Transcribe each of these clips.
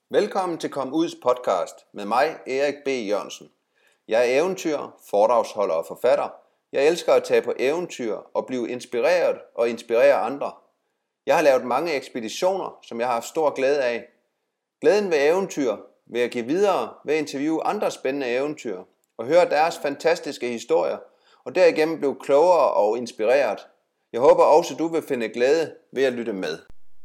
Velkommen til Kom Uds podcast med mig, Erik B. Jørgensen. Jeg er eventyrer, foredragsholder og forfatter. Jeg elsker at tage på eventyr og blive inspireret og inspirere andre. Jeg har lavet mange ekspeditioner, som jeg har haft stor glæde af. Glæden ved eventyr vil jeg give videre ved at interviewe andre spændende eventyr og høre deres fantastiske historier og derigennem blive klogere og inspireret. Jeg håber også, du vil finde glæde ved at lytte med.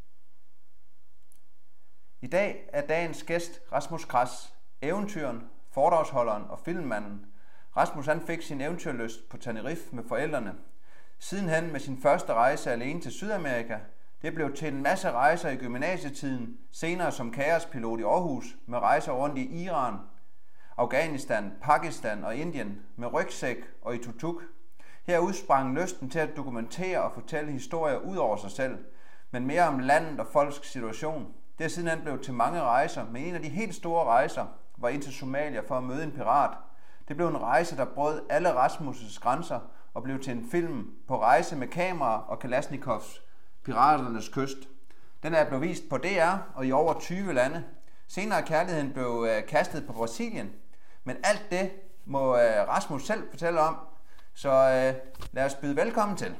I dag er dagens gæst Rasmus Kras, eventyren, foredragsholderen og filmmanden. Rasmus han fik sin eventyrlyst på Tenerife med forældrene. Sidenhen med sin første rejse alene til Sydamerika. Det blev til en masse rejser i gymnasietiden, senere som kaospilot i Aarhus med rejser rundt i Iran, Afghanistan, Pakistan og Indien med rygsæk og i tuk-tuk. Her udsprang lysten til at dokumentere og fortælle historier ud over sig selv, men mere om landet og folks situation. Det er sidenhen blevet til mange rejser, men en af de helt store rejser var ind til Somalia for at møde en pirat. Det blev en rejse, der brød alle Rasmus' grænser og blev til en film på rejse med kamera og Kalashnikovs Piraternes Kyst. Den er blevet vist på DR og i over 20 lande. Senere kærligheden blev kastet på Brasilien. Men alt det må Rasmus selv fortælle om, så lad os byde velkommen til.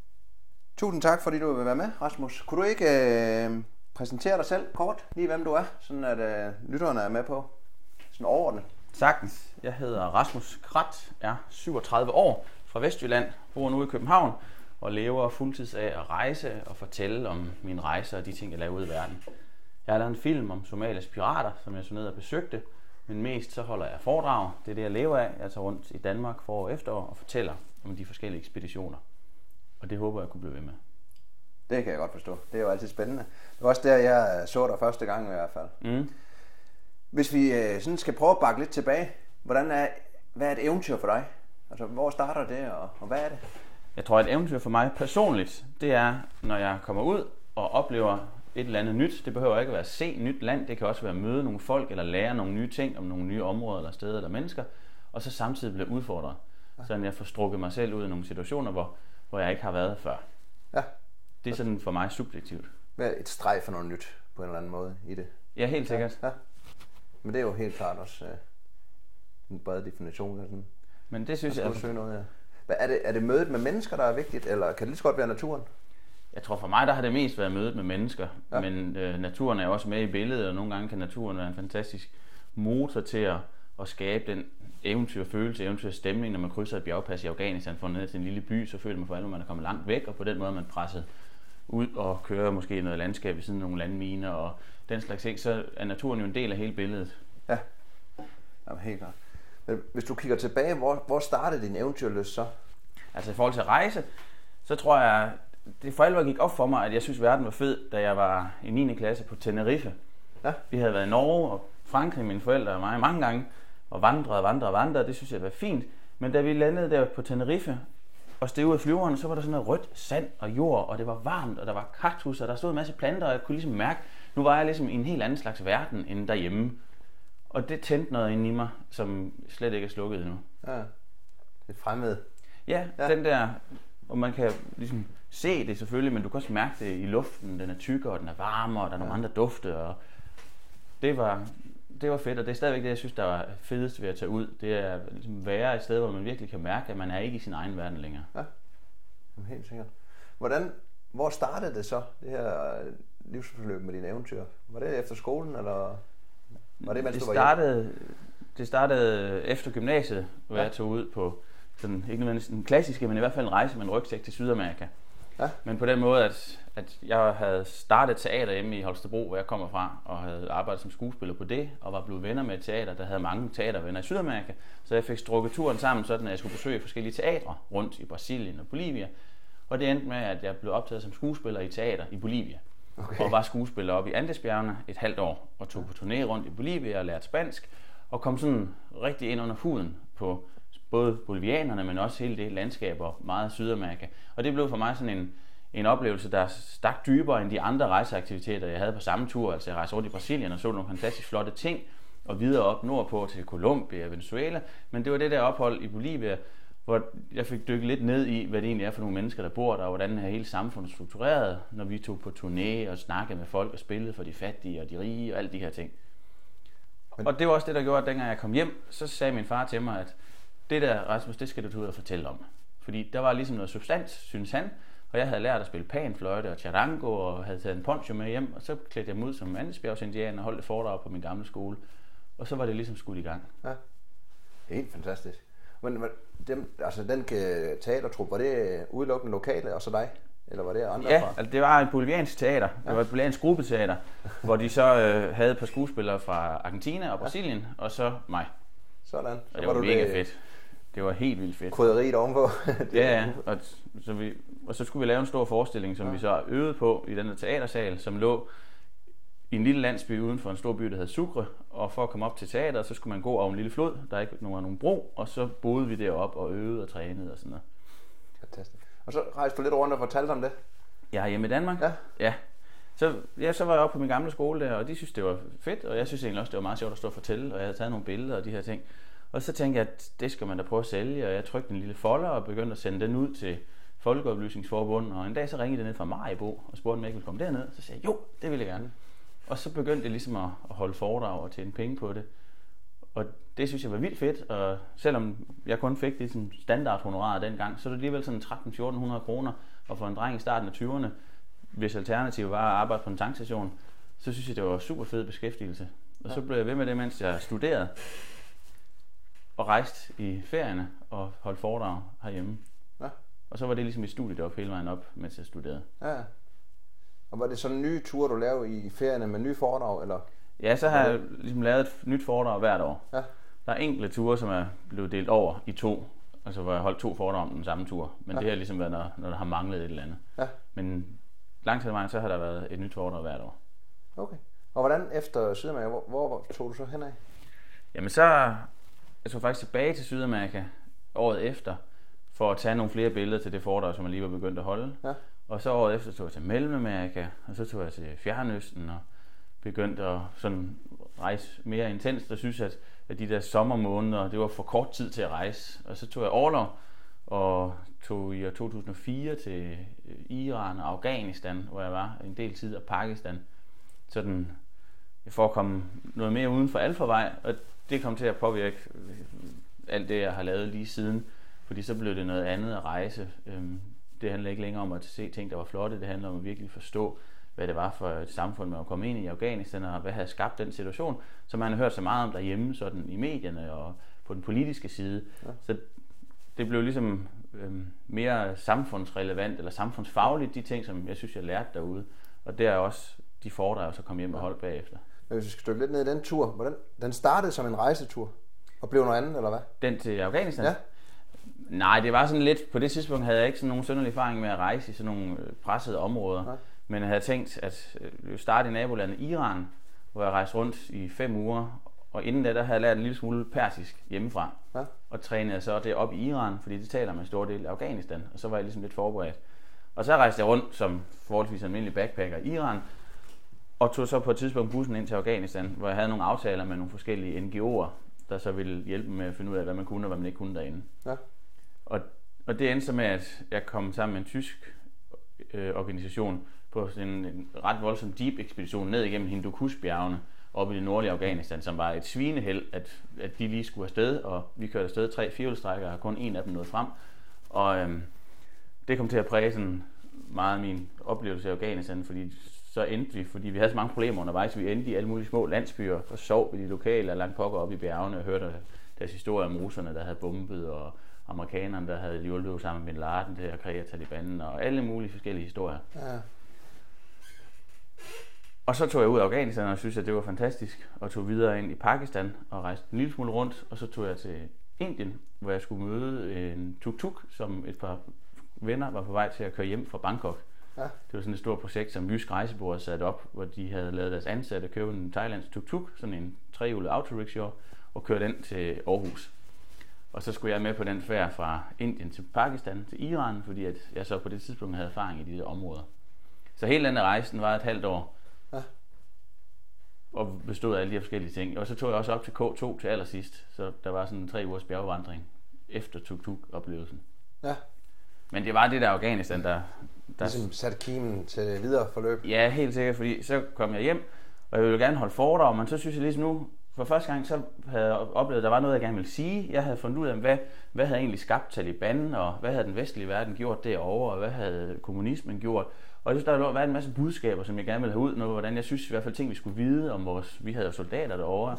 Tusind tak, fordi du vil være med, Rasmus. Kunne du ikke præsentere dig selv kort, lige hvem du er, sådan at lytterne er med på, sådan overordnet? Sagtens. Jeg hedder Rasmus Kras, er 37 år, fra Vestjylland, bor nu i København og lever fuldtids af at rejse og fortælle om mine rejser og de ting, jeg laver ude i verden. Jeg har lavet en film om Somalias pirater, som jeg så ned og besøgte, men mest så holder jeg foredrag. Det er det, jeg lever af. Jeg tager rundt i Danmark forår og efterår og fortæller om de forskellige ekspeditioner. Og det håber jeg kunne blive ved med. Det kan jeg godt forstå. Det er jo altid spændende. Det var også der, jeg så dig første gang i hvert fald. Hvis vi sådan skal prøve at bakke lidt tilbage, hvad er et eventyr for dig? Altså, hvor starter det, og hvad er det? Jeg tror, at et eventyr for mig personligt, det er, når jeg kommer ud og oplever et eller andet nyt. Det behøver ikke at være at se nyt land. Det kan også være at møde nogle folk, eller lære nogle nye ting om nogle nye områder, eller steder, eller mennesker. Og så samtidig blive udfordret. Så jeg får strukket mig selv ud i nogle situationer, hvor jeg ikke har været før. Ja. Det er sådan for mig subjektivt. Hvad er et streg for noget nyt på en eller anden måde i det? Ja, helt sikkert. Ja. Men det er jo helt klart også en bred definition. Sådan. Men det synes jeg... Noget, ja. Er det mødet med mennesker, der er vigtigt, eller kan det lige så godt være naturen? Jeg tror for mig, der har det mest været mødet med mennesker. Ja. Men naturen er jo også med i billedet, og nogle gange kan naturen være en fantastisk motor til at skabe den eventyrfølelse, eventyrstemning, når man krydser et bjergpas i Afghanistan for ned til en lille by, så føler man for alvor, at man er kommet langt væk, og på den måde er man presset ud og kører måske noget landskab ved siden af nogle landminer og den slags ting, så er naturen jo en del af hele billedet. Ja, jamen, helt klart. Men hvis du kigger tilbage, hvor startede din eventyrlyst så? Altså i forhold til at rejse, så tror jeg, det for alvor gik op for mig, at jeg synes, verden var fed, da jeg var i 9. klasse på Tenerife. Ja. Vi havde været i Norge og Frankrig, mine forældre og mig, mange gange, og vandrede. Det synes jeg var fint. Men da vi landede der på Tenerife og steg ud af flyveren, så var der sådan noget rødt sand og jord, og det var varmt, og der var kaktus, og der stod en masse planter, og jeg kunne ligesom mærke, nu var jeg ligesom i en helt anden slags verden end derhjemme. Og det tændte noget inde i mig, som slet ikke er slukket endnu. Ja, det er fremmed. Ja, den der, og man kan ligesom se det selvfølgelig, men du kan også mærke det i luften, den er tykkere, og den er varmere, og der er nogle andre dufte, og det var fedt, og det er stadigvæk det, jeg synes, der var fedest ved at tage ud. Det er ligesom være et sted, hvor man virkelig kan mærke, at man er ikke i sin egen verden længere. Ja, helt sikkert. Hvor startede det så, det her livsforløb med dine eventyr? Var det efter skolen, eller var det, mens du var hjemme? Det startede efter gymnasiet, hvor jeg tog ud på sådan, ikke nødvendigvis en klassiske, men i hvert fald en rejse med en rygsæk til Sydamerika. Ja. Men på den måde, at jeg havde startet teater hjemme i Holstebro, hvor jeg kommer fra, og havde arbejdet som skuespiller på det, og var blevet venner med et teater, der havde mange teatervenner i Sydamerika. Så jeg fik strukket turen sammen, sådan at jeg skulle besøge forskellige teatre rundt i Brasilien og Bolivia. Og det endte med, at jeg blev optaget som skuespiller i teater i Bolivia. Okay. Og var skuespiller oppe i Andesbjergene et halvt år, og tog på turné rundt i Bolivia og lærte spansk, og kom sådan rigtig ind under huden på både bolivianerne, men også hele det landskab og meget Sydamerika. Og det blev for mig sådan en oplevelse, der stak dybere end de andre rejseaktiviteter, jeg havde på samme tur. Altså jeg rejste rundt i Brasilien og så nogle fantastisk flotte ting, og videre op nordpå til Colombia og Venezuela. Men det var det der ophold i Bolivia, hvor jeg fik dykket lidt ned i, hvad det egentlig er for nogle mennesker, der bor der, og hvordan er hele samfundet struktureret, når vi tog på turné og snakkede med folk og spillede for de fattige og de rige og alle de her ting. Og det var også det, der gjorde, at dengang jeg kom hjem, så sagde min far til mig, at det der, Rasmus, det skal du tage ud og fortælle om. Fordi der var ligesom noget substans, synes han. Og jeg havde lært at spille panfløjte og charango og havde taget en poncho med hjem. Og så klædte jeg mig ud som andesbjergsindianer og holdt et foredrag på min gamle skole. Og så var det ligesom skudt i gang. Ja, helt fantastisk. Men den teatertrup, var det udelukkende lokale og så dig? Eller var det andre ja, fra? Altså det var et boliviansk teater. Det var et boliviansk gruppeteater, hvor de så havde et par skuespillere fra Argentina og Brasilien, og så mig. Sådan. Og det var mega fedt. Det var helt vildt fedt. Krydderiet ovenpå. Ja, og så skulle vi lave en stor forestilling, som vi så øvede på i den der teatersal, som lå i en lille landsby uden for en stor by, der hed Sucre. Og for at komme op til teateret, så skulle man gå over en lille flod, der ikke var nogen bro, og så boede vi derop og øvede og trænede og sådan noget. Fantastisk. Og så rejste du lidt rundt og fortalte om det? Jeg er hjemme i Danmark. Ja. Så var jeg oppe på min gamle skole der, og de synes det var fedt, og jeg synes egentlig også, det var meget sjovt at stå og fortælle, og jeg havde taget nogle billeder og de her ting. Og så tænkte jeg, at det skal man da prøve at sælge, og jeg trykte en lille folder og begyndte at sende den ud til Folkeoplysningsforbundet, og en dag så ringede det ned fra Maribo og spurgte, om jeg ikke ville komme derned. Så sagde jeg, jo, det ville jeg gerne. Og så begyndte jeg ligesom at holde foredrag og tjene penge på det. Og det synes jeg var vildt fedt, og selvom jeg kun fik det som standardhonorar dengang, så er det alligevel sådan 1.300-1.400 kroner, og for en dreng i starten af 20'erne, hvis alternativet var at arbejde på en tankstation, så synes jeg, det var super fed beskæftigelse. Og så blev jeg ved med det, mens jeg studerede, og rejste i ferierne og holdt foredrag herhjemme. Ja. Og så var det ligesom et studie deroppe hele vejen op, mens jeg studerede. Ja. Og var det sådan en ny tur, du lavede i ferierne med nye foredrag, eller? Ja, så har jeg ligesom lavet et nyt foredrag hvert år. Ja. Der er enkelte ture, som er blevet delt over i 2. Altså hvor jeg holdt 2 foredrag om den samme tur. Men det har ligesom været, når der har manglet et eller andet. Ja. Men langt til vejen, så har der været et nyt foredrag hvert år. Okay. Og hvordan efter Sydamerika, hvor tog du så henad? Jamen så, jeg tog faktisk tilbage til Sydamerika året efter, for at tage nogle flere billeder til det foredrag, som jeg lige var begyndt at holde. Ja. Og så året efter tog jeg til Mellemamerika, og så tog jeg til Fjernøsten og begyndte at sådan rejse mere intenst, og synes, at de der sommermåneder, det var for kort tid til at rejse. Og så tog jeg orlov og tog i år 2004 til Iran og Afghanistan, hvor jeg var en del tid, og Pakistan. Sådan for at komme noget mere uden for alfarvej, og det kom til at påvirke alt det, jeg har lavet lige siden, fordi så blev det noget andet at rejse. Det handler ikke længere om at se ting, der var flotte, det handler om at virkelig forstå, hvad det var for et samfund, man var kommet ind i Afghanistan, og hvad havde skabt den situation, som man har hørt så meget om derhjemme, sådan i medierne og på den politiske side. Ja. Så det blev ligesom mere samfundsrelevant eller samfundsfagligt, de ting, som jeg synes, jeg lærte derude. Og det er også de foredrag, så kom hjem og holdt bagefter. Men hvis vi skal dykke lidt ned i den tur, den startede som en rejsetur og blev noget andet, eller hvad? Den til Afghanistan? Ja. Nej, det var sådan lidt, på det tidspunkt havde jeg ikke sådan nogen synderlig erfaring med at rejse i sådan nogle pressede områder. Nej. Men jeg havde tænkt at starte i nabolandet Iran, hvor jeg rejste rundt i 5 uger. Og inden da, der havde jeg lært en lille smule persisk hjemmefra. Ja. Og trænede så det op i Iran, fordi det taler med en stor del af Afghanistan. Og så var jeg ligesom lidt forberedt. Og så rejste jeg rundt som forholdsvis almindelig backpacker i Iran. Og tog så på et tidspunkt bussen ind til Afghanistan, hvor jeg havde nogle aftaler med nogle forskellige NGO'er, der så ville hjælpe med at finde ud af, hvad man kunne og hvad man ikke kunne derinde. Ja. Og det endte så med, at jeg kom sammen med en tysk organisation på sådan en ret voldsom deep ekspedition ned igennem Hindukush-bjergene oppe i det nordlige Afghanistan, som var et svineheld, at de lige skulle afsted, og vi kørte afsted 3 firehjulstrækkere, og kun en af dem nåede frem. Og det kom til at præge sådan meget min oplevelse af Afghanistan, så endte vi, fordi vi havde så mange problemer undervejs, vi endte i alle mulige små landsbyer og sov ved de lokale og langt pokker op i bjergene og hørte deres historier om russerne, der havde bombet, og amerikanerne, der havde hjulpet sammen med Bin Laden til at kreere Taliban, og alle mulige forskellige historier. Ja. Og så tog jeg ud af Afghanistan og synes, at det var fantastisk, og tog videre ind i Pakistan og rejste en lille smule rundt, og så tog jeg til Indien, hvor jeg skulle møde en tuk-tuk, som et par venner var på vej til at køre hjem fra Bangkok. Ja. Det var sådan et stort projekt, som Jysk Rejsebureau havde sat op, hvor de havde lavet deres ansatte købe en thailandsk tuk-tuk, sådan en 3-hjulet autorickshaw, og køre den til Aarhus. Og så skulle jeg med på den færd fra Indien til Pakistan til Iran, fordi at jeg så på det tidspunkt havde erfaring i de områder. Så hele den rejsen var et halvt år. Ja. Og bestod af alle de her forskellige ting. Og så tog jeg også op til K2 til allersidst, så der var sådan en 3 ugers bjergvandring efter tuk-tuk-oplevelsen. Ja. Men det var det der Afghanistan, der ligesom satte kimen til videre forløb. Ja, helt sikkert, fordi så kom jeg hjem, og jeg ville gerne holde foredrag, men så synes jeg ligesom nu, for første gang så havde jeg oplevet, at der var noget, jeg gerne ville sige. Jeg havde fundet ud af, hvad havde egentlig skabt Taliban, og hvad havde den vestlige verden gjort derovre, og hvad havde kommunismen gjort. Og jeg synes, der var en masse budskaber, som jeg gerne ville have ud, noget, hvordan jeg synes i hvert fald ting, vi skulle vide om vi havde soldater derovre,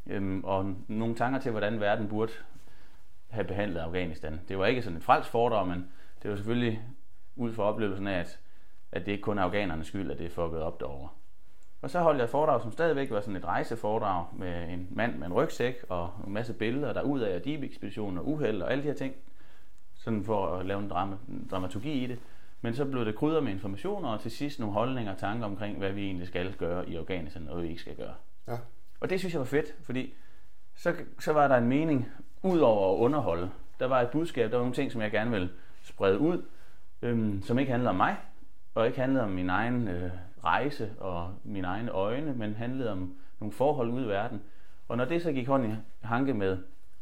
og nogle tanker til, hvordan verden burde have behandlet Afghanistan. Det var ikke sådan et frelst foredrag, men det var selvfølgelig ud fra oplevelsen af, at det ikke kun er afghanernes skyld, at det er fucket op derovre. Og så holdt jeg et foredrag, som stadigvæk var sådan et rejseforedrag med en mand med en rygsæk og en masse billeder derud af Deep-ekspeditionen og uheld og alle de her ting, sådan for at lave en dramaturgi i det. Men så blev det krydret med informationer og til sidst nogle holdninger og tanker omkring, hvad vi egentlig skal gøre i Afghanistan og hvad vi ikke skal gøre. Ja. Og det synes jeg var fedt, fordi så var der en mening ud over at underholde. Der var et budskab, der var nogle ting, som jeg gerne ville sprede ud, som ikke handlede om mig, og ikke handlede om min egen rejse og mine egne øjne, men handlede om nogle forhold ude i verden. Og når det så gik hånd i hanke med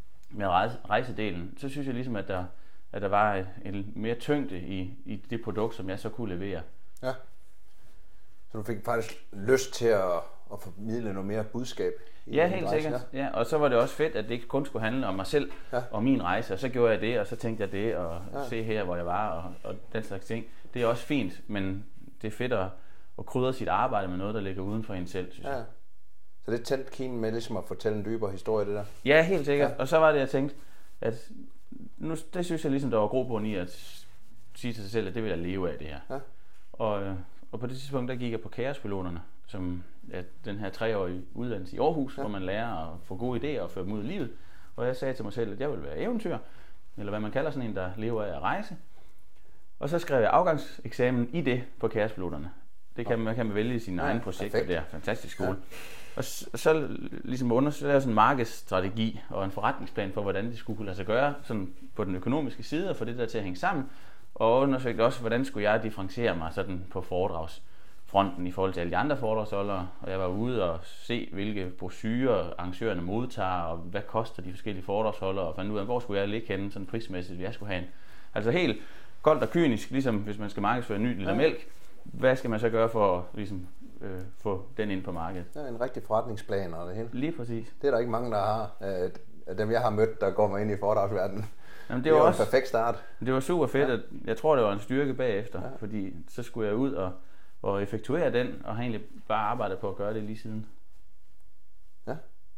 rejsedelen, så synes jeg ligesom, at der var en mere tyngde i det produkt, som jeg så kunne levere. Ja. Så du fik faktisk lyst til at formidle noget mere budskab? Ja, helt sikkert. Ja, og så var det også fedt, at det ikke kun skulle handle om mig selv og min rejse, og så gjorde jeg det, og så tænkte jeg det, og se her, hvor jeg var, og den slags ting. Det er også fint, men det er fedt at krydre sit arbejde med noget, der ligger uden for en selv, synes jeg. Så det tændte kimen med ligesom at fortælle en dybere historie, det der? Ja, helt sikkert. Ja. Og så var det, jeg tænkte, at nu, det synes jeg ligesom, der var grobund i at sige til sig selv, at det vil jeg leve af, det her. Ja. Og på det tidspunkt, der gik jeg på Kaospiloterne, som er den her 3-årige uddannelse i Aarhus, hvor man lærer at få gode idéer og føre dem ud i livet. Og jeg sagde til mig selv, at jeg vil være eventyr, eller hvad man kalder sådan en, der lever af at rejse. Og så skrev jeg afgangseksamen i det på Kaospiloterne. Det kan man vælge sine egne projekter. Det er fantastisk skole. Og så ligesom undersøge sådan en markedsstrategi og en forretningsplan for, hvordan det skulle kunne lade sig gøre sådan på den økonomiske side og få det der til at hænge sammen. Og undersøgte også, hvordan skulle jeg differentiere mig sådan på foredragsfronten i forhold til alle de andre foredragsholdere. Og jeg var ude og se, hvilke brochurer arrangørerne modtager, og hvad koster de forskellige foredragsholdere, og fandt ud af, hvor skulle jeg ligge henne sådan prismæssigt, jeg skulle have en. Altså helt koldt og kynisk, ligesom hvis man skal markedsføre en ny liter mælk. Hvad skal man så gøre for at ligesom, få den ind på markedet? Ja, en rigtig forretningsplan og det hele. Lige præcis. Det er der ikke mange, der har. Af dem, jeg har mødt, der går mig ind i foredragsverdenen. Jamen, det var også en perfekt start. Det var super fedt. At jeg tror, det var en styrke bagefter, fordi så skulle jeg ud og effektuere den, og har egentlig bare arbejdet på at gøre det lige siden. Ja.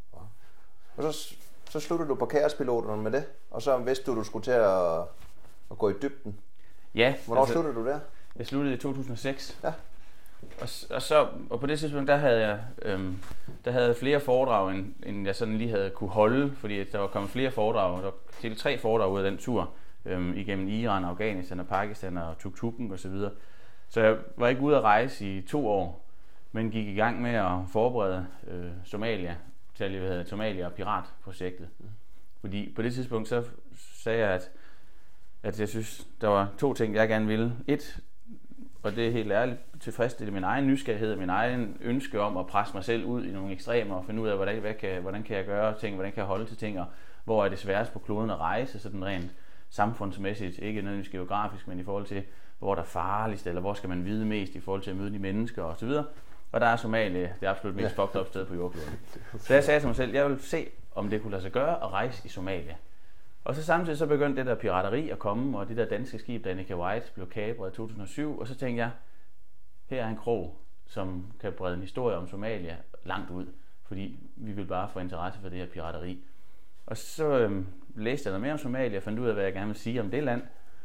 Og så sluttede du på Kaospiloterne med det, og så vidste du skulle til at gå i dybden. Ja. Hvornår sluttede du der? Jeg sluttede i 2006. Ja. Og på det tidspunkt, der havde jeg flere foredrag, end jeg sådan lige havde kunne holde, fordi der var kommet flere foredrag. Der var til 3 foredrag ud af den tur, igennem Iran, Afghanistan og Pakistan og Tuk-Tukken og så videre. Så jeg var ikke ude at rejse i 2 år, men gik i gang med at forberede Somalia og Piratprojektet. Fordi på det tidspunkt, så sagde jeg, at jeg synes, der var 2 ting, jeg gerne ville. 1, og det er helt ærligt tilfredsstille min egen nysgerrighed, min egen ønske om at presse mig selv ud i nogle ekstremer og finde ud af, hvordan kan jeg gøre ting, hvordan kan jeg holde til ting, og hvor er det sværest på kloden at rejse, sådan rent samfundsmæssigt, ikke nødvendigvis geografisk, men i forhold til, hvor der er farligst, eller hvor skal man vide mest i forhold til at møde de mennesker osv. Og der er Somalia det absolut mest fucked up sted på jordkloden. Så jeg sagde til mig selv, jeg vil se, om det kunne lade sig gøre at rejse i Somalia. Og så samtidig så begyndte det der pirateri at komme, og det der danske skib, Danica White, blev kapret i 2007, og så tænkte jeg, her er en krog, som kan brede en historie om Somalia langt ud, fordi vi vil bare få interesse for det her pirateri. Og så læste jeg noget mere om Somalia, og fandt ud af, hvad jeg gerne vil sige om det land,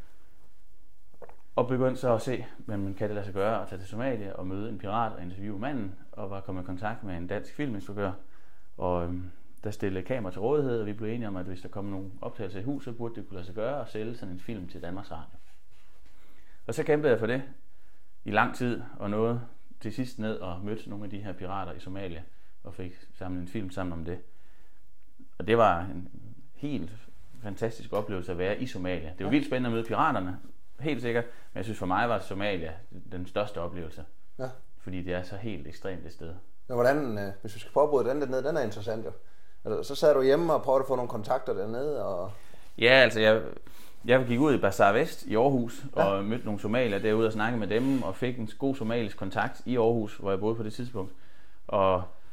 og begyndte så at se, hvad man kan det lade sig gøre at tage til Somalia og møde en pirat og interviewe manden, og var kommet i kontakt med en dansk filminstruktør, og der stillede kamera til rådighed, og vi blev enige om, at hvis der kom nogle optagelser i huset, så burde det kunne lade sig gøre at sælge sådan en film til Danmarks Radio. Og så kæmpede jeg for det i lang tid, og nåede til sidst ned og mødte nogle af de her pirater i Somalia, og fik samlet en film sammen om det. Og det var en helt fantastisk oplevelse at være i Somalia. Det var vildt spændende at møde piraterne, helt sikkert, men jeg synes for mig var Somalia den største oplevelse. Ja. Fordi det er så helt ekstremt et sted. Men hvordan, hvis vi skal påbryde den dernede, den er interessant jo. Altså, så sad du hjemme og prøvede at få nogle kontakter dernede? Og... Ja, altså jeg gik ud i Bazaar Vest i Aarhus og mødte nogle somalier derude og snakkede med dem og fik en god somalisk kontakt i Aarhus, hvor jeg boede på det tidspunkt. Og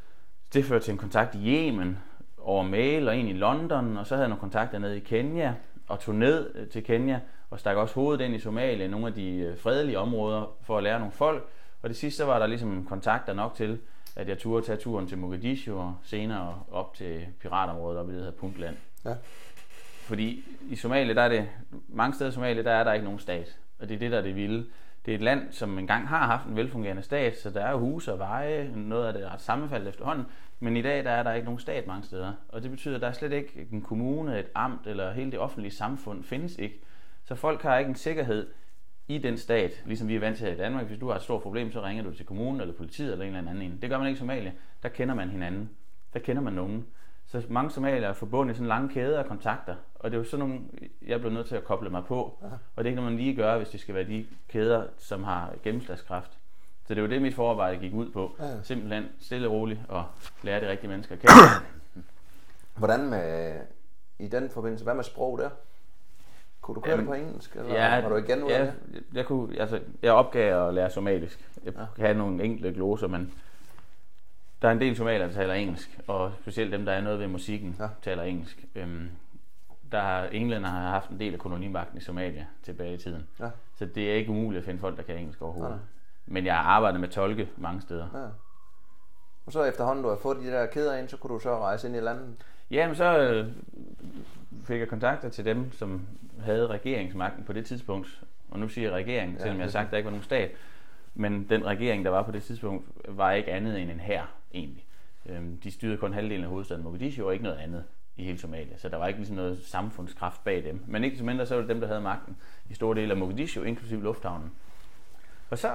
Det førte til en kontakt i Yemen over mail og en i London, og så havde jeg nogle kontakter nede i Kenya, og tog ned til Kenya og stak også hovedet ind i Somalia, nogle af de fredelige områder, for at lære nogle folk. Og det sidste, så var der ligesom kontakter nok til, at jeg turde tage turen til Mogadishu og senere op til piratområdet oppe i det her Puntland. Ja. Fordi i Somalia, der er det, mange steder i Somalia, der er der ikke nogen stat. Og det er det, der er det vilde. Det er et land, som engang har haft en velfungerende stat, så der er jo huse og veje, noget af det er ret sammenfaldet efterhånden. Men i dag, der er der ikke nogen stat mange steder. Og det betyder, at der er slet ikke en kommune, et amt eller hele det offentlige samfund findes ikke. Så folk har ikke en sikkerhed i den stat, ligesom vi er vant til her i Danmark. Hvis du har et stort problem, så ringer du til kommunen eller politiet eller en eller anden. Det gør man ikke i Somalia. Der kender man hinanden. Der kender man nogen. Så mange somalier er forbundet i sådan lange kæder af kontakter. Og det er jo sådan nogle, jeg bliver nødt til at koble mig på. Og det er ikke noget, man lige gør, hvis det skal være de kæder, som har gennemslagskraft. Så det er jo det, mit forarbejde gik ud på. Simpelthen stille og roligt og lære de rigtige mennesker at kende. Hvordan med, i den forbindelse, hvad med sprog der? Kunne du køre det på engelsk, eller var du igen ud af det? Jeg opgav at lære somalisk. Jeg kan have nogle enkelte gloser, men der er en del somalier, der taler engelsk, og specielt dem, der er noget ved musikken, taler engelsk. Englænder har haft en del af kolonimagten i Somalia tilbage i tiden. Ja. Så det er ikke umuligt at finde folk, der kan engelsk overhovedet. Ja. Men jeg har arbejdet med tolke mange steder. Ja. Og så efterhånden, du har fået de der kæder ind, så kunne du så rejse ind i landet? Jamen så fik jeg kontakter til dem, som havde regeringsmagten på det tidspunkt. Og nu siger jeg regering, selvom jeg har sagt, at der ikke var nogen stat. Men den regering, der var på det tidspunkt, var ikke andet end en hær, egentlig. De styrede kun halvdelen af hovedstaden Mogadishu, og ikke noget andet i hele Somalia. Så der var ikke ligesom noget samfundskraft bag dem. Men ikke så mindre, så var det dem, der havde magten i store dele af Mogadishu, inklusive lufthavnen. Og så,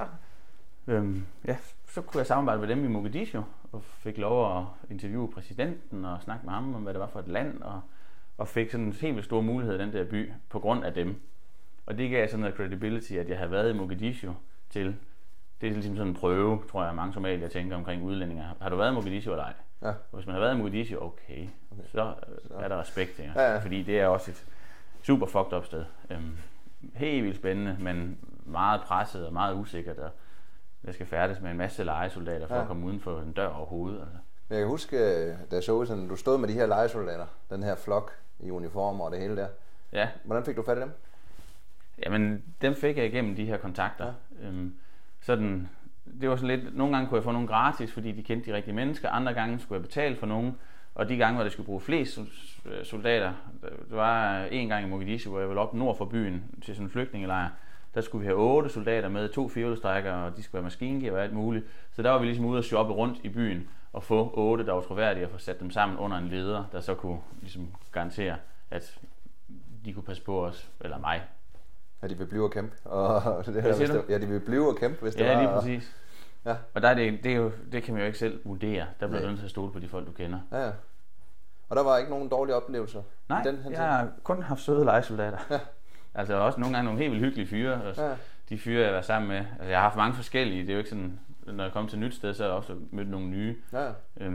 så kunne jeg samarbejde med dem i Mogadishu, og fik lov at interviewe præsidenten og snakke med ham om, hvad det var for et land, og fik sådan en helt vildt stor mulighed i den der by på grund af dem. Og det gav sådan noget credibility, at jeg havde været i Mogadishu til. Det er ligesom sådan en prøve, tror jeg, mange somalier tænker omkring udlændinge. Har du været i Mogadishu eller ej? Ja. Og hvis man har været i Mogadishu, okay. Så er der respekt, ikke? Ja. Fordi det er også et super fucked up sted. Helt vildt spændende, men meget presset og meget usikkert. Og jeg skal færdes med en masse lejesoldater for at komme uden for en dør overhovedet. Altså. Jeg kan huske, da jeg så sådan, du stod med de her lejesoldater, den her flok i uniformer og det hele der. Ja. Hvordan fik du fat i dem? Jamen, dem fik jeg igennem de her kontakter. Ja. Sådan, det var sådan lidt, nogle gange kunne jeg få nogle gratis, fordi de kendte de rigtige mennesker, andre gange skulle jeg betale for nogen, og de gange, hvor det skulle bruge flest soldater, det var en gang i Mogadishu, hvor jeg var op nord for byen til sådan en flygtningelejr, der skulle vi have 8 soldater med, 2 firehjulstrækkere, og de skulle have maskingevær og alt muligt, så der var vi ligesom ude og shoppe rundt i byen, og få 8, der var troværdige, og få sat dem sammen under en leder, der så kunne ligesom garantere, at de kunne passe på os, eller mig. Ja, de vil blive og kæmpe. Og det her, de vil blive og kæmpe, hvis det var. Ja, lige præcis. Ja. Og der er det kan man jo ikke selv vurdere. Der bliver nødt til at stole på de folk, du kender. Ja. Og der var ikke nogen dårlige oplevelser? Nej, i den jeg har kun haft søde lejesoldater. Ja. Altså også nogle gange nogle helt vildt hyggelige fyre. De fyre, jeg har været sammen med. Altså, jeg har haft mange forskellige. Det er jo ikke sådan, når jeg kommer til et nyt sted, så har jeg også mødt nogle nye. Ja.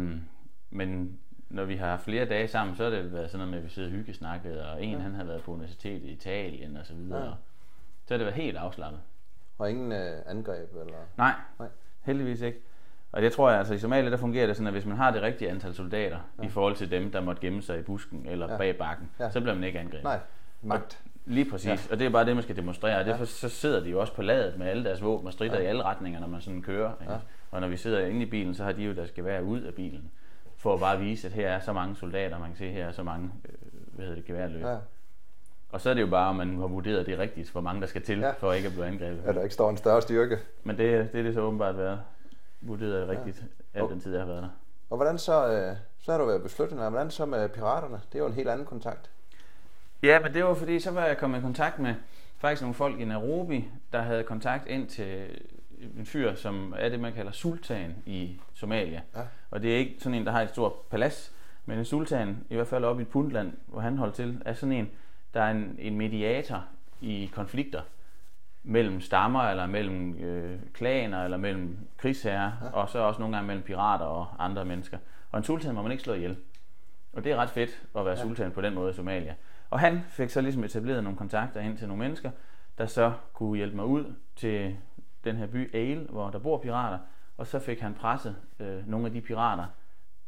Men når vi har haft flere dage sammen, så har det været sådan noget med, at vi sidder og hyggesnakket, og han har været på universitetet i Italien og så videre. Ja. Så har det været helt afslappet. Og ingen angreb? Eller? Nej, heldigvis ikke. Og det tror jeg, altså i Somalia, der fungerer det sådan, at hvis man har det rigtige antal soldater, i forhold til dem, der måtte gemme sig i busken eller bag bakken, så bliver man ikke angrebet. Nej, magt. Lige præcis, og det er bare det, man skal demonstrere. Og derfor så sidder de jo også på ladet med alle deres våben og strider i alle retninger, når man sådan kører. Ja. Og når vi sidder inde i bilen, så har de jo deres gevær ud af bilen, for at bare vise, at her er så mange soldater, man kan se, her er så mange geværløb. Ja. Og så er det jo bare, om man har vurderet det rigtigt, hvor mange der skal til, for ikke at blive angrebet. Ja, der ikke står en større styrke. Men det er det så åbenbart været vurderet rigtigt, al den tid, jeg har været der. Og hvordan så har du været besluttende, hvordan så med piraterne? Det er jo en helt anden kontakt. Ja, men det var fordi, så var jeg kommet i kontakt med faktisk nogle folk i Nairobi, der havde kontakt ind til en fyr, som er det, man kalder sultan i Somalia. Ja. Og det er ikke sådan en, der har et stort palads, men en sultan, i hvert fald oppe i Puntland, hvor han holdt til, er sådan en, der er en mediator i konflikter mellem stammer, eller mellem klaner, eller mellem krigsherrer, og så også nogle gange mellem pirater og andre mennesker. Og en sultan må man ikke slå ihjel. Og det er ret fedt at være sultan på den måde i Somalia. Og han fik så ligesom etableret nogle kontakter ind til nogle mennesker, der så kunne hjælpe mig ud til den her by Ale, hvor der bor pirater. Og så fik han presset nogle af de pirater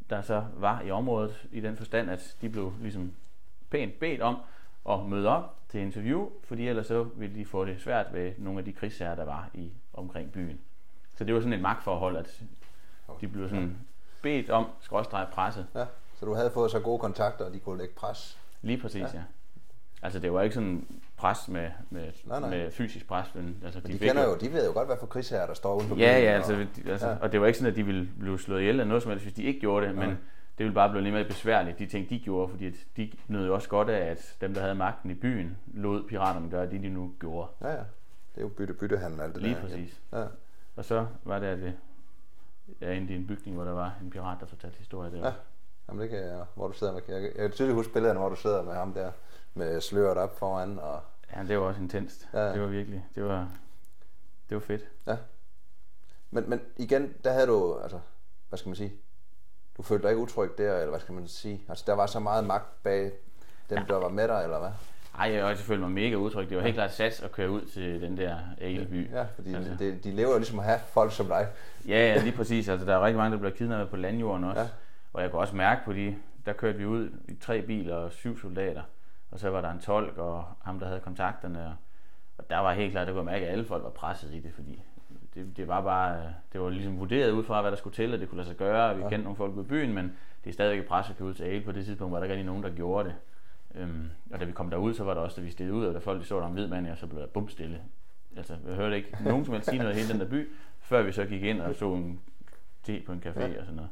der så var i området, i den forstand, at de blev ligesom pænt bedt om at møde op til interview, fordi ellers så ville de få det svært ved nogle af de krigsherrer, der var omkring byen. Så det var sådan et magtforhold, at de blev sådan bedt om, presset. Ja, så du havde fået så gode kontakter, og de kunne lægge pres? Lige præcis, ja. Altså det var ikke sådan pres med fysisk pres. Men, altså, de ved jo godt, hvad for krigsherrer, der står uden for byen. Og det var ikke sådan, at de ville blive slået ihjel eller noget som helst, hvis de ikke gjorde det, men det ville bare blive lidt mere besværligt, de ting, de gjorde, fordi de nød jo også godt af, at dem, der havde magten i byen, lod piraterne gøre det, de nu gjorde. Ja. Det er jo byttehandel alt det lige der. Lige præcis. Ja. Og så var det, inde i en bygning, hvor der var en pirat, der fortalte historie der. Ja, jamen det kan jeg, hvor du sidder med. Jeg kan tydeligt huske billederne, hvor du sidder med ham der, med sløret op foran. Og... Ja, det var også intenst. Ja. Det var virkelig, det var fedt. Ja. Men igen, der havde du, altså, hvad skal man sige, du følte dig ikke utryg der, eller hvad skal man sige? Altså, der var så meget magt bag dem, der var med dig, eller hvad? Ej, jeg følte mig mega utryg. Det var helt klart sats at køre ud til den der Aileby. Ja, fordi altså, de lever jo ligesom at have folk som dig. Ja, lige præcis. Altså, der er rigtig mange, der bliver kidnappet på landjorden også. Ja. Og jeg kunne også mærke på der kørte vi ud i 3 biler og 7 soldater. Og så var der en tolk og ham, der havde kontakterne. Og der var helt klart, der kunne mærke, at alle folk var presset i det, fordi det var bare, det var ligesom vurderet ud fra, hvad der skulle til, og det kunne lade sig gøre. Vi kendte nogle folk ude i byen, men det er stadigvæk et pres at køre ud til Ale. På det tidspunkt var der ikke rigtig nogen, der gjorde det. Og da vi kom derud, så var der også, da vi stillede ud, og da folk de så der en hvid mand, og så blev der bumstille. Altså, jeg hørte ikke nogen som helst sige noget i hele den der by, før vi så gik ind og så en te på en café og sådan noget.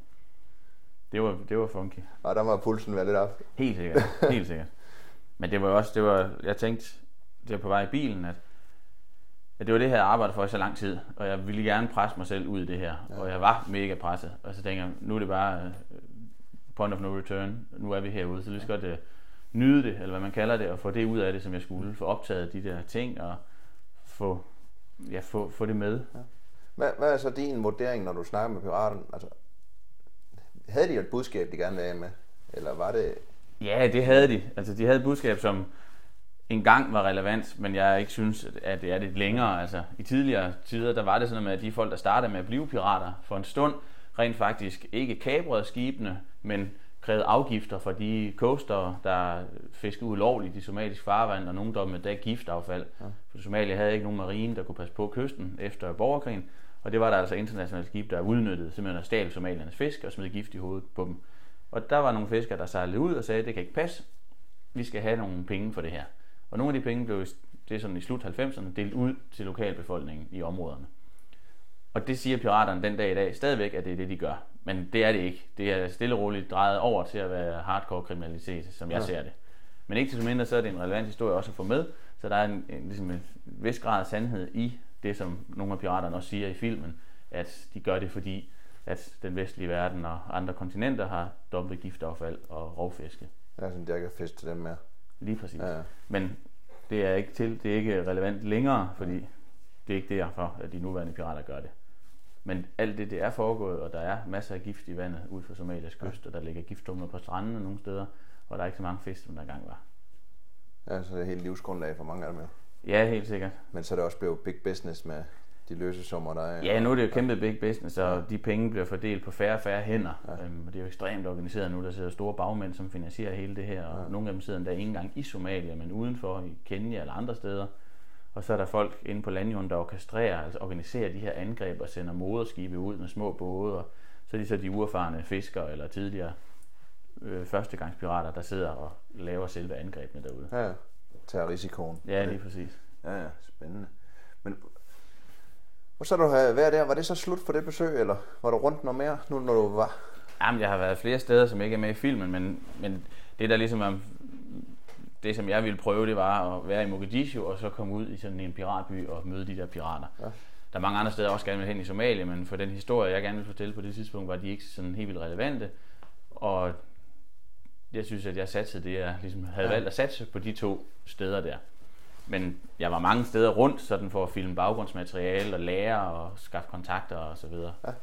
Det var funky. Og der var pulsen været lidt op. Helt sikkert. Men det var også, jeg tænkte, det var på vej i bilen, at det var det her, jeg arbejdede for i så lang tid, og jeg ville gerne presse mig selv ud i det her, og jeg var mega presset, og så tænkte jeg, nu er det bare point of no return, nu er vi herude, så lige så godt nyde det, eller hvad man kalder det, og få det ud af det, som jeg skulle, få optaget de der ting, og få det med. Ja. Hvad er så din vurdering, når du snakker med piraterne? Altså, havde de jo et budskab, de gerne ville have med, eller var det... Ja, det havde de. Altså, de havde et budskab, som engang var relevant, men jeg ikke synes, at det er det længere. Altså, i tidligere tider, der var det sådan med, at de folk, der startede med at blive pirater for en stund, rent faktisk ikke kabrede skibene, men krævede afgifter for de coastere, der fiskede ulovligt i somalisk farvand, og nogle med der giftaffald. Ja. For Somalia havde ikke nogen marine, der kunne passe på kysten efter borgerkrigen, og det var der altså internationale skib, der udnyttede simpelthen at stjæle somaliernes fisk og smed gift i hovedet på dem. Og der var nogle fiskere, der sejlede ud og sagde, det kan ikke passe, vi skal have nogle penge for det her. Og nogle af de penge blev sådan i slut 90'erne delt ud til lokalbefolkningen i områderne. Og det siger piraterne den dag i dag stadigvæk, at det er det, de gør. Men det er det ikke. Det er stille og roligt drejet over til at være hardcore kriminalitet, som jeg ser det. Men ikke til mindre, så er det en relevant historie også at få med. Så der er ligesom en vis grad af sandhed i det, som nogle af piraterne også siger i filmen, at de gør det, fordi at den vestlige verden og andre kontinenter har dumpet giftaffald og rovfiske. Ja, sådan der kan fisk til dem med. Lige præcis. Ja. Men det er ikke relevant længere, fordi det er ikke derfor, at de nuværende pirater gør det. Men alt det er foregået, og der er masser af gift i vandet ud for Somalias kyst, og der ligger giftumler på strandene nogle steder, og der er ikke så mange fisk, som der engang var. Ja, så det er helt livsgrundlag for mange af dem jo. Ja, helt sikkert. Men så er det også blevet big business med de løse summer, der er. Ja, nu er det jo kæmpe big business, og de penge bliver fordelt på færre og færre hænder. Ja. Og det er jo ekstremt organiseret nu, der sidder store bagmænd, som finansierer hele det her, og nogle af dem sidder endda ikke engang i Somalia, men udenfor i Kenya eller andre steder. Og så er der folk inde på landjorden, der orkestrerer, altså organiserer de her angreb og sender moderskibe ud med små både, og så er de uerfarne fiskere eller tidligere førstegangspirater, der sidder og laver selve angrebene derude. Ja, tager risikoen. Ja, lige præcis. Ja, spændende. Men hvor så du har været der? Var det så slut for det besøg, eller var du rundt noget mere, nu når du var? Jamen, jeg har været flere steder, som ikke er med i filmen, men det der ligesom det, som jeg ville prøve, det var at være i Mogadishu, og så komme ud i sådan en piratby og møde de der pirater. Ja. Der er mange andre steder, også gerne vil hen i Somalia, men for den historie, jeg gerne vil fortælle på det tidspunkt, var de ikke sådan helt vildt relevante. Og jeg synes, at jeg satsede det, jeg ligesom havde valgt at satse på de 2 steder der. Men jeg var mange steder rundt, sådan for at filme baggrundsmateriale og lære og skaffe kontakter og så videre. Ja.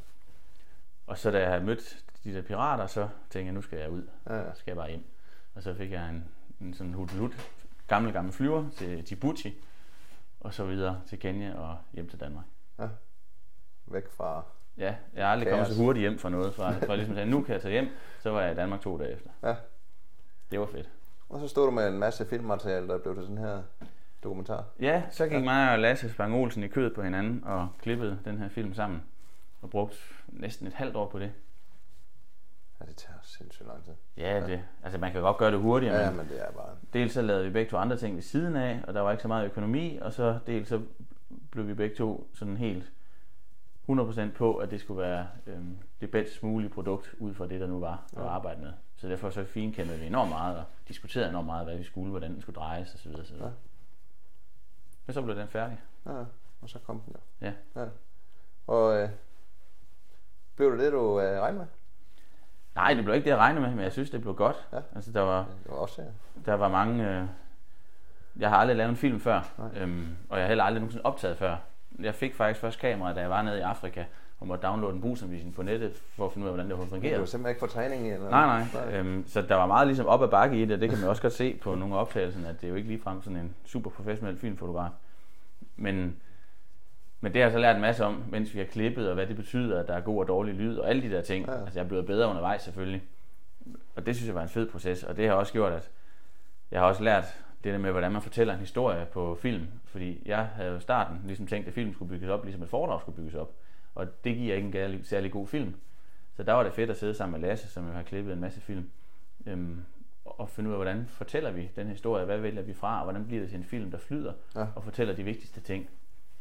Og så da jeg havde mødt de der pirater, så tænkte jeg, nu skal jeg ud. Så skal jeg bare hjem. Og så fik jeg en sådan hut gammel flyver til Djibouti, og så videre til Kenya og hjem til Danmark. Ja. Væk fra Ja, jeg har aldrig kommet så hurtigt hjem fra noget. For ligesom at nu kan jeg tage hjem, så var jeg i Danmark 2 dage efter. Ja. Det var fedt. Og så stod du med en masse filmmateriale, der blev til sådan her dokumentar. Ja, så gik mig og Lasse Spang Olsen i kødet på hinanden og klippede den her film sammen. Og brugte næsten et halvt år på det. Ja, det tager sindssygt lang tid. Ja, det, altså man kan godt gøre det hurtigere, ja, men det er bare... Dels så lavede vi begge to andre ting ved siden af, og der var ikke så meget økonomi, og så dels så blev vi begge to sådan helt 100% på, at det skulle være det bedst mulige produkt ud fra det, der nu var at arbejde med. Så derfor så finkæmpede vi enormt meget og diskuterede enormt meget, hvad vi skulle, hvordan den skulle drejes osv. Ja. Men så blev den færdig. Ja, og så kom den jo. Ja. Og blev det du regnede med? Nej, det blev ikke det, jeg regnede med, men jeg synes, det blev godt. Ja. Altså, der var mange... Jeg har aldrig lavet en film før, og jeg har heller aldrig nogensinde optaget før. Jeg fik faktisk først kamera, da jeg var nede i Afrika, og måtte downloade en brugsanvisning på nettet, for at finde ud af, hvordan det fungerede. Du var simpelthen ikke for træning i? Eller? Nej. Så der var meget ligesom op ad bakke i det, og det kan man også godt se på nogle af optagelserne, at det er jo ikke ligefrem sådan en super professionel filmfotograf. Men det har jeg så lært en masse om, mens vi har klippet, og hvad det betyder, at der er god og dårlig lyd, og alle de der ting. Ja. Altså jeg er blevet bedre undervejs selvfølgelig. Og det synes jeg var en fed proces, og det har også gjort, at jeg har også lært det der med, hvordan man fortæller en historie på film. Fordi jeg havde jo starten ligesom tænkt, at film skulle bygges op, ligesom et foredrag skulle bygges op. Og det giver ikke en særlig god film. Så der var det fedt at sidde sammen med Lasse, som jo har klippet en masse film, og finde ud af, hvordan fortæller vi den historie, hvad vælger vi fra, og hvordan bliver det til en film, der flyder, og fortæller de vigtigste ting.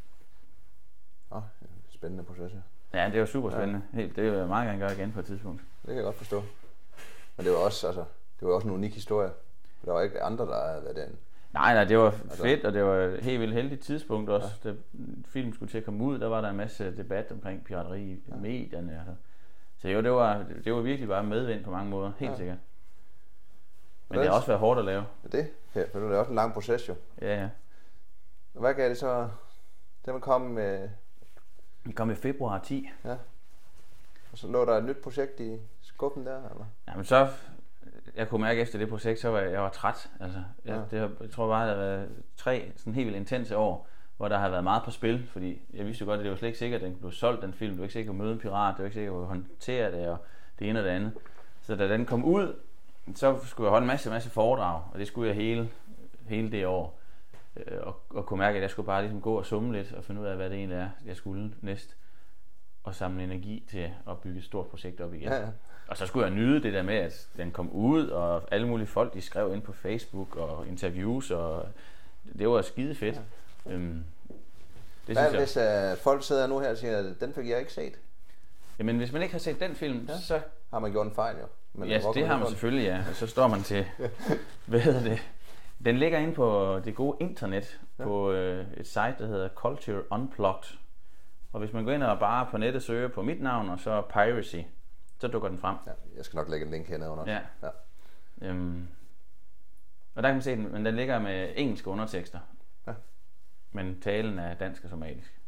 Spændende proces, ja. Ja, det var super spændende. Helt, det vil jeg meget gerne gøre igen på et tidspunkt. Det kan jeg godt forstå. Men det var også, det var også en unik historie. Der var ikke andre, der havde været den. Nej, det var fedt, og det var et helt vildt heldigt tidspunkt også. Da filmen skulle til at komme ud, der var der en masse debat omkring pirateri i medierne. Så jo, det var virkelig bare medvind på mange måder, helt sikkert. Men det har også været hårdt at lave. Det? Ja, for det er også en lang proces jo. Ja. Hvad gav det så? Det man kom med... Vi kom i februar 10. Ja. Og så lå der et nyt projekt i skuffen der, eller? Jamen så... Jeg kunne mærke efter det projekt, så var jeg træt. Altså, jeg tror bare, at der har været 3 sådan helt vildt intense år, hvor der har været meget på spil, fordi jeg vidste jo godt, at det var slet ikke sikkert, at den blev solgt, den film. Det var ikke sikkert at møde en pirat, det var ikke sikkert at håndtere det, og det ene og det andet. Så da den kom ud, så skulle jeg holde en masse foredrag, og det skulle jeg hele det år. Og kunne mærke, at jeg skulle bare ligesom gå og summe lidt, og finde ud af, hvad det egentlig er, jeg skulle næst. Og samle energi til at bygge et stort projekt op igen. Ja. Og så skulle jeg nyde det der med, at den kom ud, og alle mulige folk, de skrev ind på Facebook, og interviews, og det var skide fedt. Ja. Hvis folk sidder nu her og siger, at den fik jeg ikke set? Jamen, hvis man ikke har set den film, så... Har man gjort en fejl, jo. Men ja, det har man selvfølgelig, ja. Og så står man til... Hvad hedder det? Den ligger inde på det gode internet, på et site, der hedder Culture Unplugged. Og hvis man går ind og bare på nettet søger på mit navn, og så Piracy, så dukker den frem. Ja, jeg skal nok lægge en link hernede under. Ja. Og der kan man se den, men den ligger med engelske undertekster. Ja. Men talen er dansk og somalisk.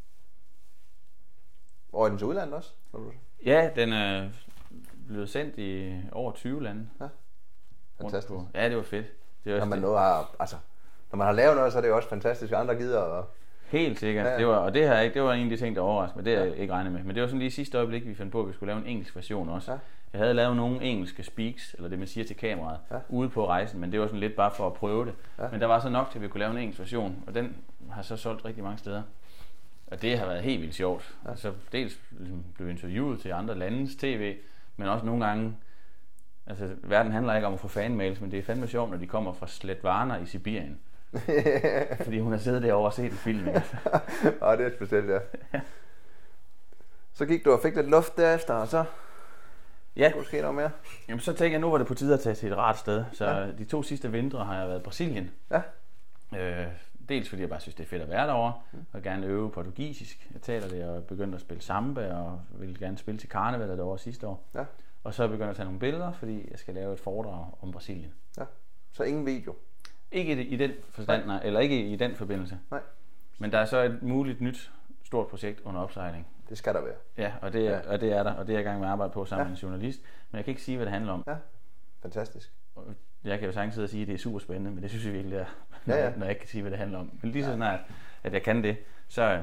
Og er den til udlandet også? Ja, den er blevet sendt i over 20 lande. Ja. Fantastisk. Ja, det var fedt. Det var når man har lavet noget, så er det jo også fantastisk, at andre gider. Og... Helt sikkert. Ja. Det var en af de ting, der overraskede mig. Det har jeg ikke regnet med. Men det var sådan lige sidste øjeblik, vi fandt på, at vi skulle lave en engelsk version også. Ja. Jeg havde lavet nogle engelske speaks, eller det man siger til kameraet, ude på rejsen, men det var sådan lidt bare for at prøve det. Ja. Men der var så nok til, at vi kunne lave en engelsk version, og den har så solgt rigtig mange steder. Og det har været helt vildt sjovt. Ja. Så dels blev interviewet til andre landes tv, men også nogle gange, altså verden handler ikke om at få fanmails, men det er fandme sjovt, når de kommer fra Sletvarna i Sibirien. Fordi hun har siddet derovre og set en film. Ja, det er specielt, ja. Så gik du og fik lidt luft derefter, og så kunne der ske noget mere. Jamen så tænkte jeg, nu var det på tide at tage til et rart sted. Så de 2 sidste vintre har jeg været i Brasilien. Ja. Dels fordi jeg bare synes, det er fedt at være derovre, og gerne øve portugisisk. Jeg taler det og begyndte at spille samba, og ville gerne spille til karneval derovre sidste år. Ja. Og så begyndte jeg at tage nogle billeder, fordi jeg skal lave et foredrag om Brasilien. Ja. Så ingen video? Ikke i den forstand, eller ikke i den forbindelse. Nej. Men der er så et muligt nyt stort projekt under opsejling. Det skal der være. Ja, og det er der, og det er jeg i gang med at arbejde på sammen med en journalist. Men jeg kan ikke sige, hvad det handler om. Ja, fantastisk. Jeg kan jo sagtens sidde og sige, at det er super spændende, men det synes jeg virkelig er, når jeg ikke kan sige, hvad det handler om. Men lige så snart, at jeg kan det, så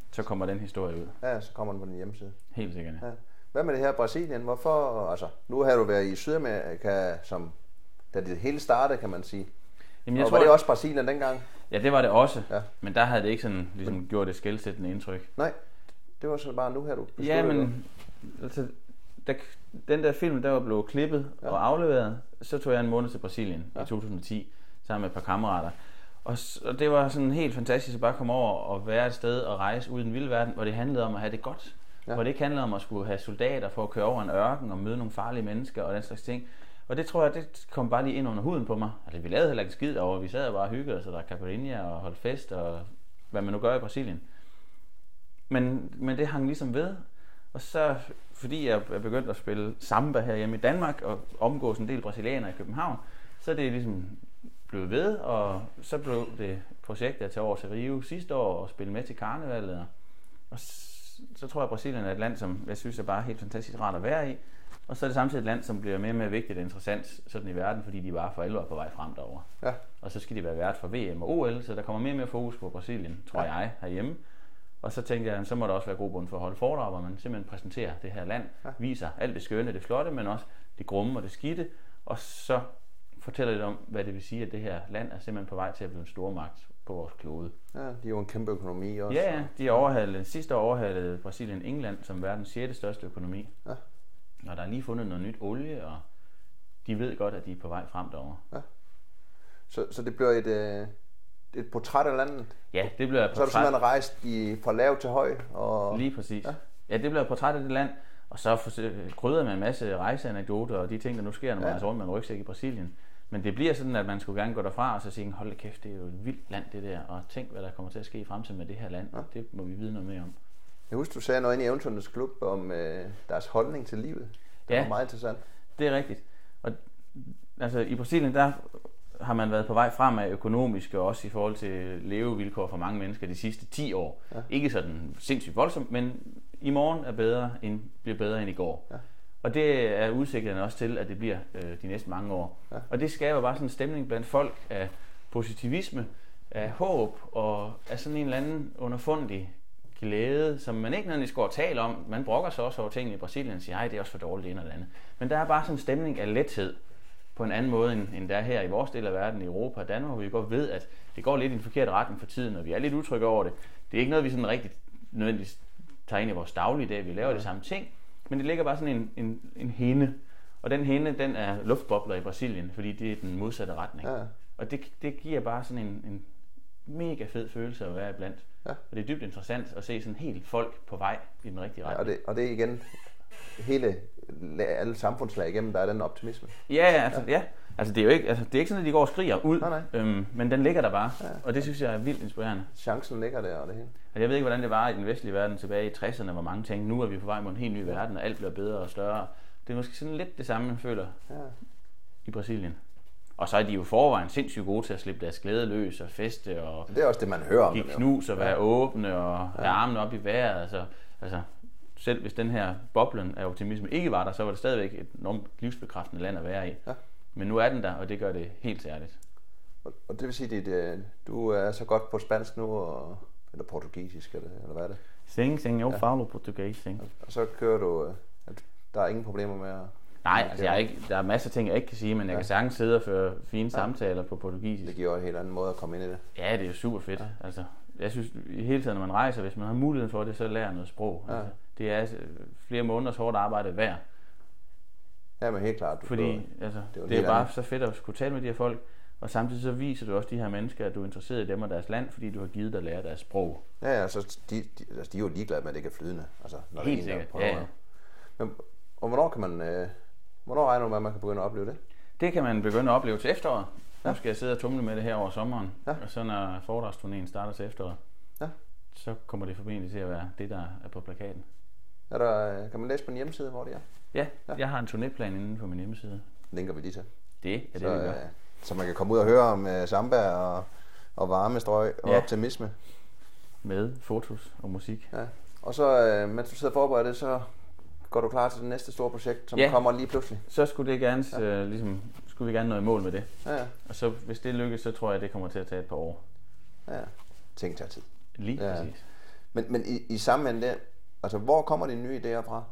så kommer den historie ud. Ja, så kommer den på din hjemmeside. Helt sikkert. Ja. Hvad med det her Brasilien? Hvorfor, altså, nu har du været i Sydamerika, da det hele startede, kan man sige. Jamen, var det også Brasilien dengang? Ja, det var det også, men der havde det ikke sådan ligesom gjort et skelsættende indtryk. Nej, det var så bare nu her, du besluttet. Ja, men altså, den der film, der var blevet klippet og afleveret, så tog jeg en måned til Brasilien i 2010, sammen med et par kammerater. Og det var sådan helt fantastisk at bare komme over og være et sted og rejse ud i den vilde verden, hvor det handlede om at have det godt. Ja. Hvor det ikke handlede om at skulle have soldater for at køre over en ørken og møde nogle farlige mennesker og den slags ting. Og det tror jeg, det kom bare lige ind under huden på mig. Altså, vi lavede heller ikke skid over. Vi sad bare og hyggede os, og der er caipirinha og holdt fest og hvad man nu gør i Brasilien. Men det hang ligesom ved. Og så, fordi jeg er begyndt at spille samba her hjemme i Danmark og omgås en del brasilianere i København, så er det ligesom blevet ved, og så blev det projektet at tage over til Rio sidste år og spille med til karnevalet. Og så tror jeg, at Brasilien er et land, som jeg synes er bare helt fantastisk rart at være i. Og så er det samtidig et land, som bliver mere og mere vigtigt og interessant sådan i verden, fordi de bare for alvor er på vej frem derover. Ja. Og så skal de være vært for VM og OL, så der kommer mere og mere fokus på Brasilien, tror jeg, herhjemme. Og så tænkte jeg, så må der også være god bund for at holde foredrag, hvor man simpelthen præsenterer det her land, viser alt det skønne, det flotte, men også det grumme og det skidte, og så fortæller lidt om, hvad det vil sige, at det her land er simpelthen på vej til at blive en stormagt på vores klode. Ja, de er jo en kæmpe økonomi også. Ja, de sidste år overhalede Brasilien England som verdens 6. største økonomi. Ja. Og der er lige fundet noget nyt olie, og de ved godt, at de er på vej frem derovre. Ja. Så det bliver et portræt af landet? Ja, det bliver et portræt. Så er du simpelthen rejst fra lav til høj? Og... Lige præcis. Ja, det bliver et portræt af det land, og så krydder med en masse rejseanekdoter og de ting, der nu sker, når man er rundt med en rygsæk i Brasilien. Men det bliver sådan, at man skulle gerne gå derfra og så sige, hold da kæft, det er jo et vildt land det der, og tænk, hvad der kommer til at ske i fremtiden med det her land. Ja. Det må vi vide noget mere om. Jeg husker, du sagde noget inde i Eventyrernes Klub om deres holdning til livet. Det var meget interessant. Det er rigtigt. Og altså i Brasilien, der har man været på vej fremad økonomisk og også i forhold til levevilkår for mange mennesker de sidste 10 år. Ja. Ikke sådan sindssygt voldsomt, men i morgen bliver bedre end i går. Ja. Og det er udsigterne også til, at det bliver de næste mange år. Ja. Og det skaber bare sådan en stemning blandt folk af positivisme, af håb og af sådan en eller anden underfundig glæde, som man ikke nødvendigvis går og taler om. Man brokker sig også over tingene i Brasilien og siger, ej, det er også for dårligt det ene og det andet. Men der er bare sådan en stemning af lethed på en anden måde, end der er her i vores del af verden, i Europa og Danmark, hvor vi godt ved, at det går lidt i den forkerte retning for tiden, og vi er lidt utrygge over det. Det er ikke noget, vi sådan rigtig nødvendigvis tager ind i vores dagligdag. Vi laver de samme ting, men det ligger bare sådan en hinde. Og den hinde, den er luftbobler i Brasilien, fordi det er den modsatte retning. Ja. Og det giver bare sådan en mega fed følelse at være iblandt. Ja. Og det er dybt interessant at se sådan helt folk på vej i den rigtige retning. Og det er igen alle samfundslag igennem, der er den optimisme. Ja. Altså det er jo ikke, det er ikke sådan, at de går og skriger ud, men den ligger der bare, og det synes jeg er vildt inspirerende. Chancen ligger der og det hele. Og jeg ved ikke, hvordan det var i den vestlige verden tilbage i 60'erne, hvor mange tænkte, nu er vi på vej mod en helt ny verden, og alt bliver bedre og større. Det er måske sådan lidt det samme, man føler i Brasilien. Og så er de jo forvejen sindssygt gode til at slippe deres glæde løs og feste og det er også det, man hører om. Give knus og være åbne og have armene op i vejret. Altså selv hvis den her boblen af optimisme ikke var der, så var det stadigvæk et enormt livsbekræftende land at være i. Ja. Men nu er den der, og det gør det helt særligt. Og det vil sige, at du er så godt på spansk nu, eller portugisisk, eller hvad er det? Sim, eu falo português, sim. Og så kører du, der er ingen problemer med at... Nej, altså der er masser af ting, jeg ikke kan sige, men jeg kan sagtens sidde og føre fine samtaler på portugisisk. Det giver en helt anden måde at komme ind i det. Ja, det er jo super fedt. Ja. Altså, jeg synes i hele tiden, når man rejser, hvis man har muligheden for det, så lærer noget sprog. Ja. Altså, det er flere måneders hårdt arbejde værd. Ja, men helt klart. Fordi det er bare så fedt at kunne tale med de her folk, og samtidig så viser du også de her mennesker, at du er interesseret i dem og deres land, fordi du har givet dig at lære deres sprog. Ja, så de er jo ligeglade med, at det ikke er flydende. Altså, når helt sikkert, ja. Men, og hvornår regner du med, at man kan begynde at opleve det? Det kan man begynde at opleve til efteråret. Nu skal jeg sidde og tumle med det her over sommeren, og så når foredragsturnéen starter til efteråret, så kommer det formentlig til at være det, der er på plakaten. Kan man læse på en hjemmeside, hvor det er? Ja, jeg har en turnéplan inde på min hjemmeside. Linker vi lige til. Det vi gør. Så man kan komme ud og høre om samba og varmestrøg og optimisme. Med fotos og musik. Ja. Og så, mens du sidder og forbereder det, så går du klar til det næste store projekt, som kommer lige pludselig? Så skulle det gerne, skulle vi gerne nå i mål med det. Ja. Og så hvis det lykkes, så tror jeg, det kommer til at tage et par år. Ja, ting tager tid. Lige præcis. Men i sammenhæng der, altså hvor kommer de nye idéer fra?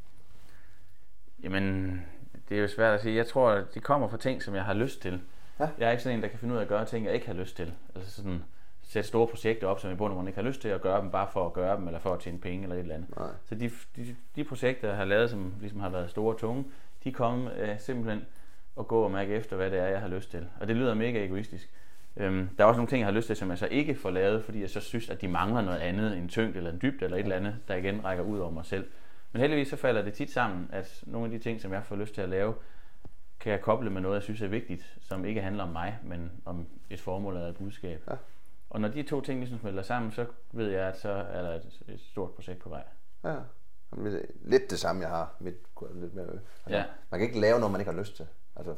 Jamen, det er jo svært at sige. Jeg tror, at de kommer fra ting, som jeg har lyst til. Ja. Jeg er ikke sådan en, der kan finde ud af at gøre ting, jeg ikke har lyst til. Altså sådan sætte store projekter op, som jeg i bund og grund ikke har lyst til at gøre dem, bare for at gøre dem, eller for at tjene penge eller et eller andet. Nej. Så de projekter, jeg har lavet, som ligesom har været store og tunge, de er kommet simpelthen at gå og mærke efter, hvad det er, jeg har lyst til. Og det lyder mega egoistisk. Der er også nogle ting, jeg har lyst til, som jeg så ikke får lavet, fordi jeg så synes, at de mangler noget andet, en tyngde eller en dybde eller et eller andet, der igen rækker ud over mig selv. Men heldigvis så falder det tit sammen, at nogle af de ting, som jeg får lyst til at lave, kan jeg koble med noget, jeg synes er vigtigt, som ikke handler om mig, men om et formål eller et budskab. Ja. Og når de to ting ligesom smelter sammen, så ved jeg, at så er der et stort projekt på vej. Ja, lidt det samme, jeg har. Lidt mere altså, man kan ikke lave noget, man ikke har lyst til. Altså,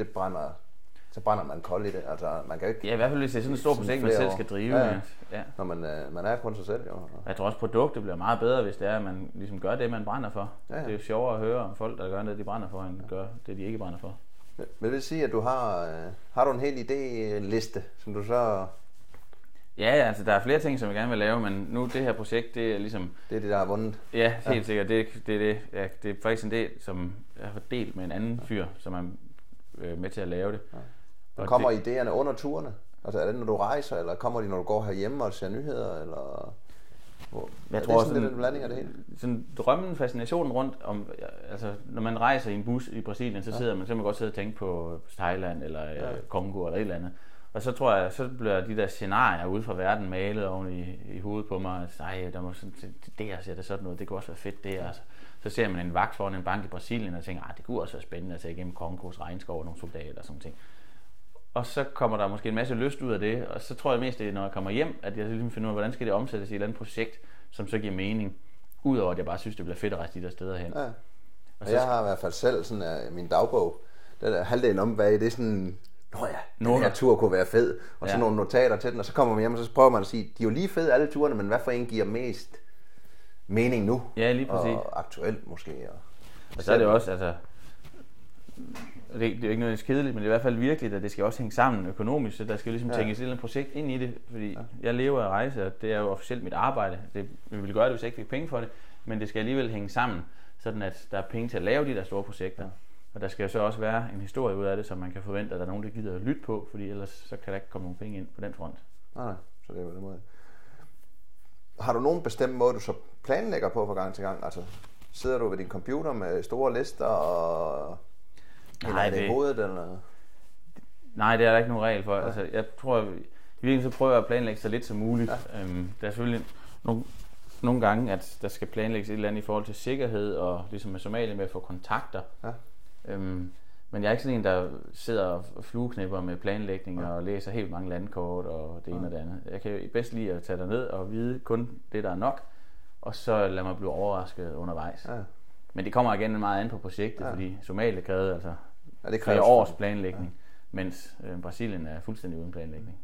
så brænder man kold i det. Altså, man kan ikke... Ja, i hvert fald hvis det er sådan et stort projekt, man selv skal drive. Ja. Når man er kun sig selv. Jo. Jeg tror også, produktet bliver meget bedre, hvis det er, at man ligesom gør det, man brænder for. Ja. Det er jo sjovere at høre om folk, der gør noget, de brænder for, end gør det, de ikke brænder for. Vil det sige, at du har du en hel idéliste, som du så... Ja, altså der er flere ting, som jeg gerne vil lave, men nu det her projekt, det er ligesom... Det er det, der har vundet? Ja, helt sikkert. Det er faktisk en del, som jeg har delt med en anden fyr, som er med til at lave det. Ja. Kommer idéerne under turene? Altså er det, når du rejser, eller kommer de, når du går herhjemme og ser nyheder, eller... Jeg tror sådan lidt en blanding af det hele? Sådan drømmen, fascinationen rundt om, altså når man rejser i en bus i Brasilien, så sidder man, så kan man godt sidde og tænke på Thailand eller Kongo eller et eller andet. Og så tror jeg, så bliver de der scenarier ude fra verden malet oven i hovedet på mig. Nej, der må sådan, der ser det sådan noget, det kunne også være fedt det. Altså. Så ser man en vagt foran en bank i Brasilien og tænker, det kunne også være spændende at tage igennem Kongos regnskov og nogle soldater og sådan ting. Og så kommer der måske en masse lyst ud af det, og så tror jeg mest, det er, når jeg kommer hjem, at jeg ligesom finder ud af, hvordan skal det omsættes i et eller andet projekt, som så giver mening, udover at jeg bare synes, det bliver fedt at rejse de der steder hen. Ja. Og jeg har i hvert fald selv sådan min dagbog, der er halvdelen om, hvad det er sådan, den her tur kunne være fed, og så nogle notater til den, og så kommer man hjem, og så prøver man at sige, de er jo lige fede alle turene, men hvad for en giver mest mening nu? Ja, lige præcis. Og aktuelt måske. Og så er det også, altså, det er jo ikke noget kedeligt, men det er i hvert fald virkeligt, at det skal også hænge sammen økonomisk, så der skal ligesom tænkes et eller andet projekt ind i det, fordi jeg lever af rejse, og det er jo officielt mit arbejde. Vi ville gøre det, hvis jeg ikke fik penge for det, men det skal alligevel hænge sammen, sådan at der er penge til at lave de der store projekter. Ja. Og der skal jo så også være en historie ud af det, som man kan forvente, at der er nogen, der gider at lytte på, fordi ellers så kan der ikke komme nogen penge ind på den front. Nej, så det er jo den måde. Har du nogen bestemt måde, du så planlægger på fra gang til gang? Altså, sidder du ved din computer med store lister og... Nej, det i hovedet, eller? Nej, det er der ikke nogen regel for. Ja. Altså, jeg tror, i virkeligheden så prøver jeg at planlægge så lidt som muligt. Ja. Der er selvfølgelig nogle gange, at der skal planlægges et eller andet i forhold til sikkerhed, og ligesom med Somalia med at få kontakter. Ja. Men jeg er ikke sådan en, der sidder og flueknipper med planlægning og læser helt mange landkort og det ene og det andet. Jeg kan bedst lide at tage ned og vide kun det, der er nok, og så lade mig blive overrasket undervejs. Ja. Men det kommer igen meget an på projektet, fordi Somalia krævede altså 3 års planlægning, mens Brasilien er fuldstændig uden planlægning.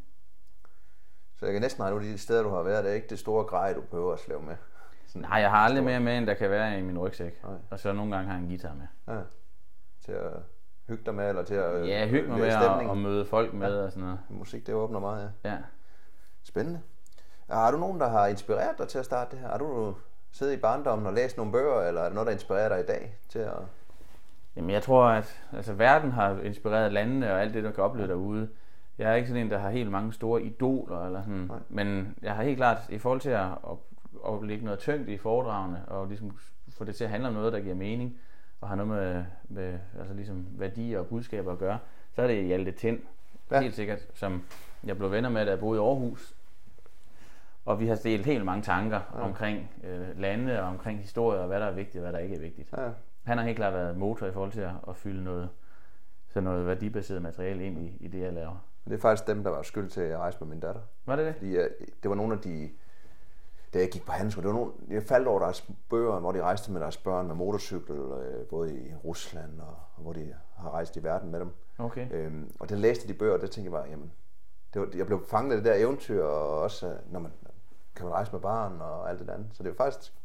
Så jeg kan næsten have de steder, du har været, det er ikke det store grej, du prøver at slæve med? Sådan nej, jeg har aldrig mere med, end der kan være i min rygsæk. Nej. Og så nogle gange har jeg en guitar med. Ja. Til at hygge dig med, eller til at hygge mig med og møde folk med og sådan noget. Musik, det åbner meget, ja. Spændende. Har du nogen, der har inspireret dig til at starte det her? Har du siddet i barndommen og læst nogle bøger, eller er det noget, der inspirerer dig i dag til at... Jamen jeg tror, at verden har inspireret landene og alt det, der kan opleve derude. Jeg er ikke sådan en, der har helt mange store idoler, eller sådan. Men jeg har helt klart, i forhold til at lægge noget tyngde i foredragene, og ligesom få det til at handle om noget, der giver mening, og har noget med altså ligesom værdier og budskaber at gøre, så er det Hjalte Tind, helt sikkert, som jeg blev venner med, da jeg boede i Aarhus. Og vi har delt helt mange tanker omkring lande og omkring historie, og hvad der er vigtigt og hvad der ikke er vigtigt. Ja. Han har helt klart været motor i forhold til at fylde noget værdibaseret materiale ind i det, jeg laver. Det er faktisk dem, der var skyld til at rejse med min datter. Var det det? Fordi det var nogle af de... Da jeg gik på handelsskole, det var jeg faldt over deres bøger, hvor de rejste med deres børn med motorcykel, både i Rusland og hvor de har rejst i verden med dem. Okay. Og den læste de bøger, og det tænkte jeg bare, jamen... jeg blev fanget af det der eventyr, og også, når man kan rejse med barn og alt det andet. Så det er faktisk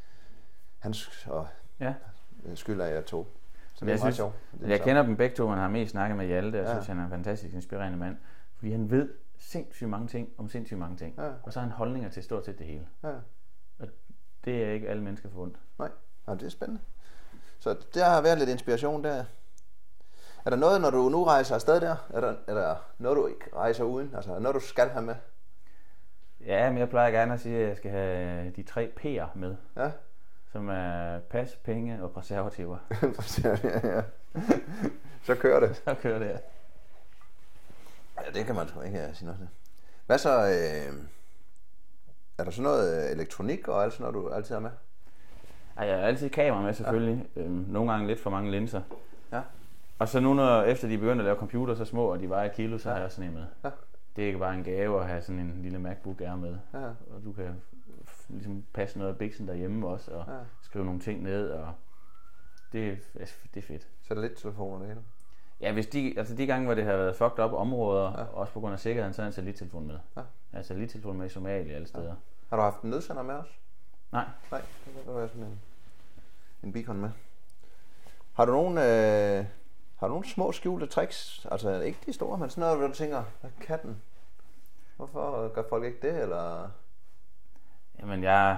hans skyld, at jeg tog. Så det er meget sjovt. Jeg kender dem begge to, man har mest snakket med Hjalte, og jeg synes, han er en fantastisk inspirerende mand. Fordi han ved sindssygt mange ting om sindssygt mange ting. Ja. Og så har han holdninger til stort set det hele. Ja. det er ikke alle mennesker forundt. Nej, det er spændende. Så der har været lidt inspiration der. Er der noget, når du nu rejser afsted der? Er der noget, du ikke rejser uden? Altså, er der noget, du skal have med? Ja, men jeg plejer gerne at sige, at jeg skal have de 3 P'er med. Ja. Som er pas, penge og preservativer. Ja. Så kører det. Så kører det, ja. Ja, det kan man sgu ikke sige noget til. Hvad så? Er der sådan noget elektronik og alt sådan noget, du altid har med? Ej, jeg har altid kamera med selvfølgelig. Ja. Nogle gange lidt for mange linser. Ja. Og så nu, efter de begyndte at lave computer så små, og de vejer 1 kilo, så har jeg sådan en med. Ja. Det er ikke bare en gave at have sådan en lille MacBook Air med. Ja. Og du kan ligesom passe noget af biksen derhjemme også, og skrive nogle ting ned, og det er fedt. Så er der lidt telefoner det hele? Ja, hvis de gange, hvor det har været fucked up områder, også på grund af sikkerheden, så er en satellittelefon med. Ja. Jeg har satellittelefon med i Somalia alle steder. Ja. Har du haft en nødsender med os? Nej. Nej, det kan være sådan en beacon med. Har du nogle små skjulte tricks? Altså ikke de store, men sådan noget, hvor du tænker, hvad kan den? Hvorfor gør folk ikke det, eller? Jamen jeg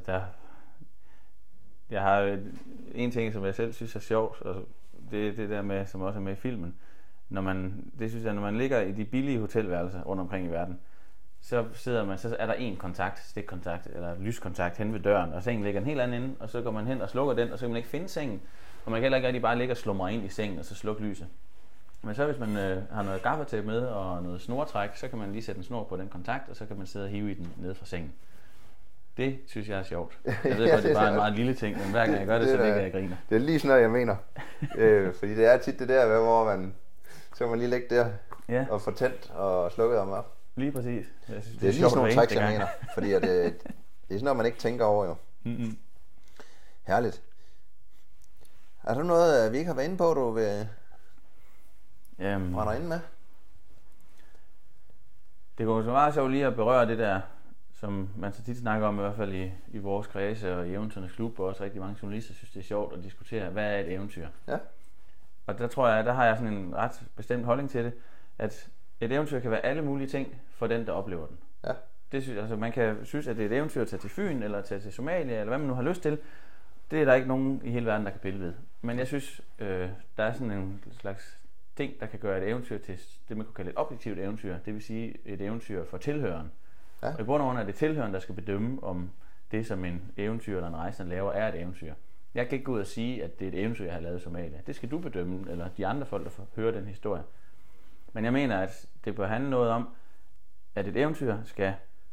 har en ting, som jeg selv synes er sjovt, og det der med, som også er med i filmen. Når man ligger i de billige hotelværelser rundt omkring i verden, så er der en stikkontakt eller lyskontakt hen ved døren, og sengen ligger en helt anden ende, og så går man hen og slukker den, og så kan man ikke finde sengen, og man kan heller ikke rigtig bare ligge og slumre ind i sengen, og så slukke lyset. Men så hvis man har noget gaffatape med og noget snortræk, så kan man lige sætte en snor på den kontakt, og så kan man sidde og hive i den ned fra sengen. Det synes jeg er sjovt. Jeg ved godt, det er bare en meget lille ting, men hver gang jeg gør det, så ligger jeg griner. Det er lige sådan noget, jeg mener. Fordi det er tit det der, hvor så kan man lige ligge der og få tændt og slukket om op. Lige præcis. Jeg synes, det er lige sådan nogle tricks, jeg mener. Fordi det er sådan noget, man ikke tænker over jo. Mm-hmm. Herligt. Er der noget, vi ikke har været inde på, du vil brænde ind med? Det går så meget sjovt lige at berøre det der, som man så tit snakker om, i hvert fald i vores kredse og i Eventyrernes Klub, og også rigtig mange journalister synes, det er sjovt at diskutere, hvad er et eventyr? Ja. Og der tror jeg, der har jeg sådan en ret bestemt holdning til det, at et eventyr kan være alle mulige ting for den, der oplever den. Ja. Det synes, altså man kan synes, at det er et eventyr at tage til Fyn, eller tage til Somalia, eller hvad man nu har lyst til. Det er der ikke nogen i hele verden, der kan pille ved. Men jeg synes, der er sådan en slags ting, der kan gøre et eventyr til det, man kunne kalde et objektivt eventyr. Det vil sige et eventyr for tilhøreren. Ja. Og i bund og grund er det tilhøreren, der skal bedømme, om det, som en eventyr eller en rejsende laver, er et eventyr. Jeg kan ikke gå ud og sige, at det er et eventyr, jeg har lavet i Somalia. Det skal du bedømme, eller de andre folk, der får høre den historie. Men jeg mener, at det bør handle noget om, at et eventyr skal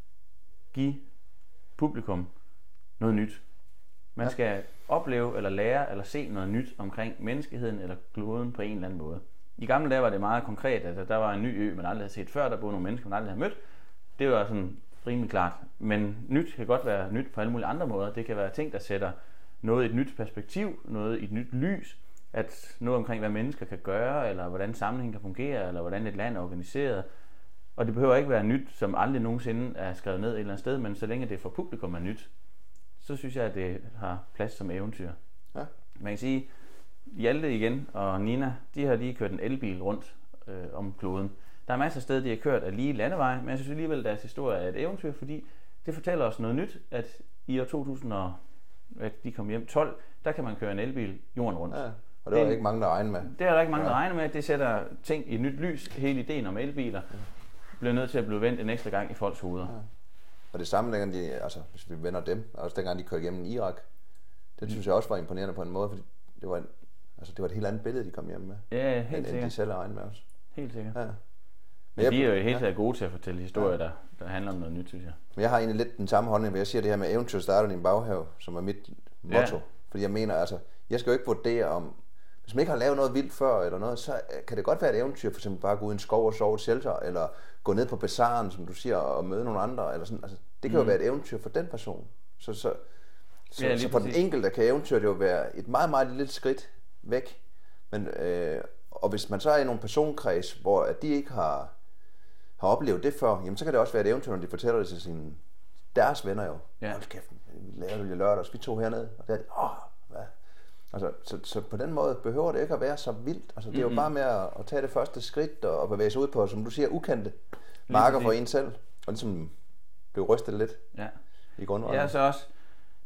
give publikum noget nyt. Man skal opleve, eller lære, eller se noget nyt omkring menneskeheden eller kloden på en eller anden måde. I gamle dage var det meget konkret, at der var en ny ø, man aldrig havde set før, der boede nogle mennesker, man aldrig havde mødt. Det var sådan rimelig klart. Men nyt kan godt være nyt på alle mulige andre måder. Det kan være ting, der sætter noget i et nyt perspektiv, noget i et nyt lys, at noget omkring, hvad mennesker kan gøre, eller hvordan sammenhæng kan fungere, eller hvordan et land er organiseret. Og det behøver ikke være nyt, som aldrig nogensinde er skrevet ned et eller andet sted, men så længe det for publikum er nyt, så synes jeg, at det har plads som eventyr. Ja. Man kan sige, Hjalte igen og Nina, de har lige kørt en elbil rundt om kloden. Der er masser af steder, de har kørt af lige landevej, men jeg synes alligevel, at deres historie er et eventyr, fordi det fortæller os noget nyt, at i år 2000, at de kom hjem 12, der kan man køre en elbil jorden rundt. Ja, og det er ikke mange, der regner med. Det er der ikke mange, der regner med, at det sætter ting i et nyt lys. Hele ideen om elbiler bliver nødt til at blive vendt en ekstra gang i folks hoveder. Ja. Og det samme, dengang hvis vi vender dem, også dengang de kørte igennem Irak, det synes jeg også var imponerende på en måde, fordi det var et helt andet billede, de kom hjem med. Ja, helt sikkert. End de selv regner med os. Helt sikkert. Ja. Men de er jo helt taget gode til at fortælle historier, der handler om noget nyt, synes jeg. Men jeg har egentlig lidt den samme holdning, hvor jeg siger det her med eventyr starter i din baghave, som er mit motto. Ja. Fordi jeg mener, jeg skal jo ikke vurdere om, hvis man ikke har lavet noget vildt før eller noget, så kan det godt være et eventyr, for eksempel bare gå ud i en skov og sove et shelter, eller gå ned på bazaren, som du siger, og møde nogle andre, eller sådan. Altså, det kan jo være et eventyr for den person. Så for den enkelte kan eventyret jo være et meget, meget lille skridt væk. Men, og hvis man så er i nogle personkreds, hvor de ikke har oplevet det før, jamen så kan det også være et eventyr, når de fortæller det til deres venner jo. Ja. Hold kæft, vi lavede det i lørdags, vi tog herned, og der er hvad? Altså, så på den måde behøver det ikke at være så vildt. Altså, det er jo bare med at tage det første skridt og bevæge sig ud på, som du siger, ukendte marker for en selv, og ligesom blive rystet lidt i grundvejen. Ja, så også,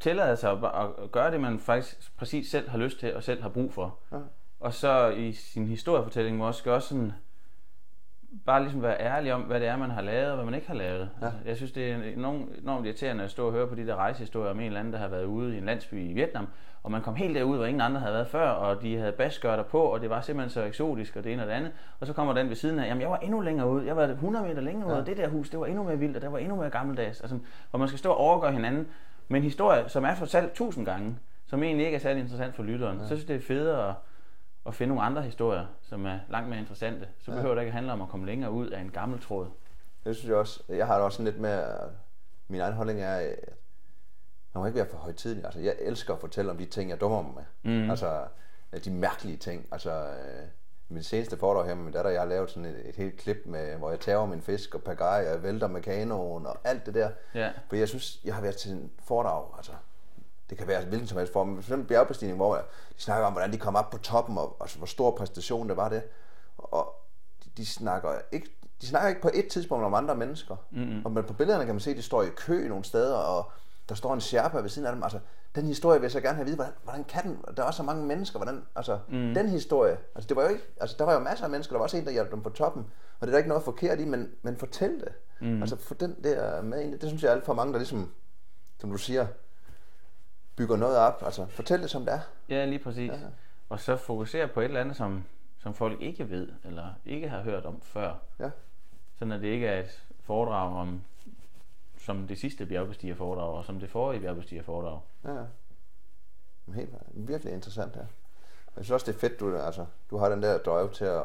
tillader sig at gøre det, man faktisk præcis selv har lyst til og selv har brug for. Ja. Og så i sin historiefortælling måske også sådan, bare ligesom være ærlig om, hvad det er, man har lavet, og hvad man ikke har lavet. Ja. Altså, jeg synes, det er enormt irriterende at stå og høre på de der rejsehistorier om en eller anden, der har været ude i en landsby i Vietnam, og man kom helt derud, hvor ingen andre havde været før, og de havde basskørter på, og det var simpelthen så eksotisk, og det ene og det andet. Og så kommer den ved siden af, jamen jeg var endnu længere ude, jeg var 100 meter længere ude, og det der hus, det var endnu mere vildt, og der var endnu mere gammeldags. Altså, hvor man skal stå og overgøre hinanden med en historie, som er fortalt 1000 gange, som egentlig ikke er særlig interessant for lytteren. Så synes det er federe at finde nogle andre historier, som er langt mere interessante. Så behøver det ikke handle om at komme længere ud af en gammel tråd. Det synes jeg også. Jeg har det også sådan lidt med, min egen holdning er, at man må ikke være for højtidelig. Altså, jeg elsker at fortælle om de ting, jeg dummer mig med. Altså, de mærkelige ting. Altså, min seneste foredrag her med min datter, jeg har lavet sådan et helt klip med, hvor jeg tager min fisk og pagajer, jeg vælter med kanoen og alt det der. Yeah. For jeg synes, jeg har været til en foredrag, altså, det kan være hvilken som helst form, men sådan en bjergbestigning, hvor de snakker om, hvordan de kom op på toppen, og hvor stor præstation det var det. Og de snakker ikke på et tidspunkt om andre mennesker. Og på billederne kan man se, at de står i kø nogle steder, og der står en sherpa ved siden af dem. Altså, den historie vil jeg så gerne have at vide, hvordan kan den? Der er også så mange mennesker, hvordan, altså, den historie, altså, det var jo ikke, altså, der var jo masser af mennesker, der var også en, der hjalp dem på toppen, og det er der ikke noget forkert i, men fortæl det. Altså, for den der med ind, det synes jeg er alt for mange, der ligesom, som du siger, bygger noget op, altså fortæl det som det er. Ja, lige præcis. Ja. Og så fokusere på et eller andet, som folk ikke ved, eller ikke har hørt om før. Ja. Sådan at det ikke er et foredrag om, som det sidste bjergbestigerforedrag, og som det forrige bjergbestigerforedrag. Ja. Helt virkelig interessant her. Jeg synes også, det er fedt, du har den der drive til at,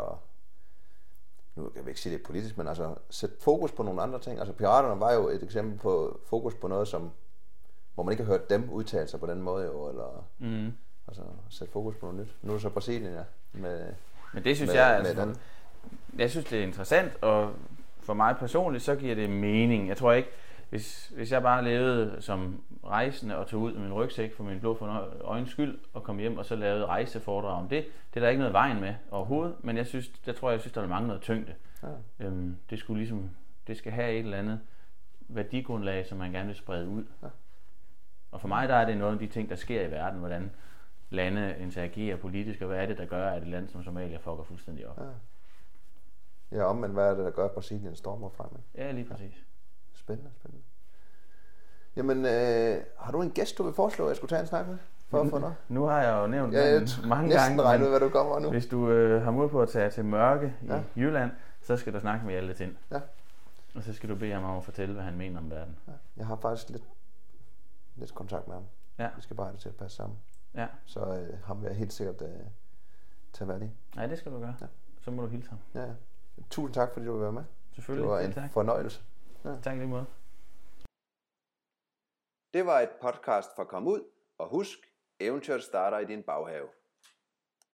nu kan jeg ikke sige det politisk, men altså sætte fokus på nogle andre ting. Altså Piraterne var jo et eksempel på fokus på noget, som hvor man ikke har hørt dem udtale sig på den måde, jo, eller altså sætte fokus på noget nyt. Nu er det så Brasilien, ja. Men det synes jeg synes, det er interessant, og for mig personligt, så giver det mening. Jeg tror ikke, hvis jeg bare levede som rejsende og tog ud med min rygsæk for min blå for øjens skyld, og kom hjem og så lavede rejseforedrag om det, det er der ikke noget vejen med overhovedet, men jeg synes, der mangler noget tyngde. Ja. Det skal have et eller andet værdigrundlag, som man gerne vil sprede ud. Ja. Og for mig der er det noget af de ting, der sker i verden, hvordan lande interagerer politisk, og hvad er det, der gør, at et land som Somalia fucker fuldstændig op. Ja, omvendt, hvad er det, der gør, at Brasilien stormer frem? Ja, lige præcis. Spændende. Jamen, har du en gæst, du vil foreslå, at jeg skulle tage en snak med? For at få noget? Nu har jeg jo nævnt mange gange. Næsten regnet ud, hvad du kommer nu. Hvis du har mod på at tage til Mørke i Jylland, så skal du snakke med alle ting. Ja. Og så skal du bede ham om at fortælle, hvad han mener om verden. Ja. Jeg har faktisk lidt kontakt med ham. Ja. Vi skal bare have det til at passe sammen. Ja. Så ham vil jeg helt sikkert tage værd i. Nej, det skal du gøre. Ja. Så må du hilse ham. Ja. Tusind tak, fordi du vil være med. Selvfølgelig. Det var en fornøjelse. Ja. Tak lige måde. Det var et podcast for Kom Ud, og husk, eventyret starter i din baghave.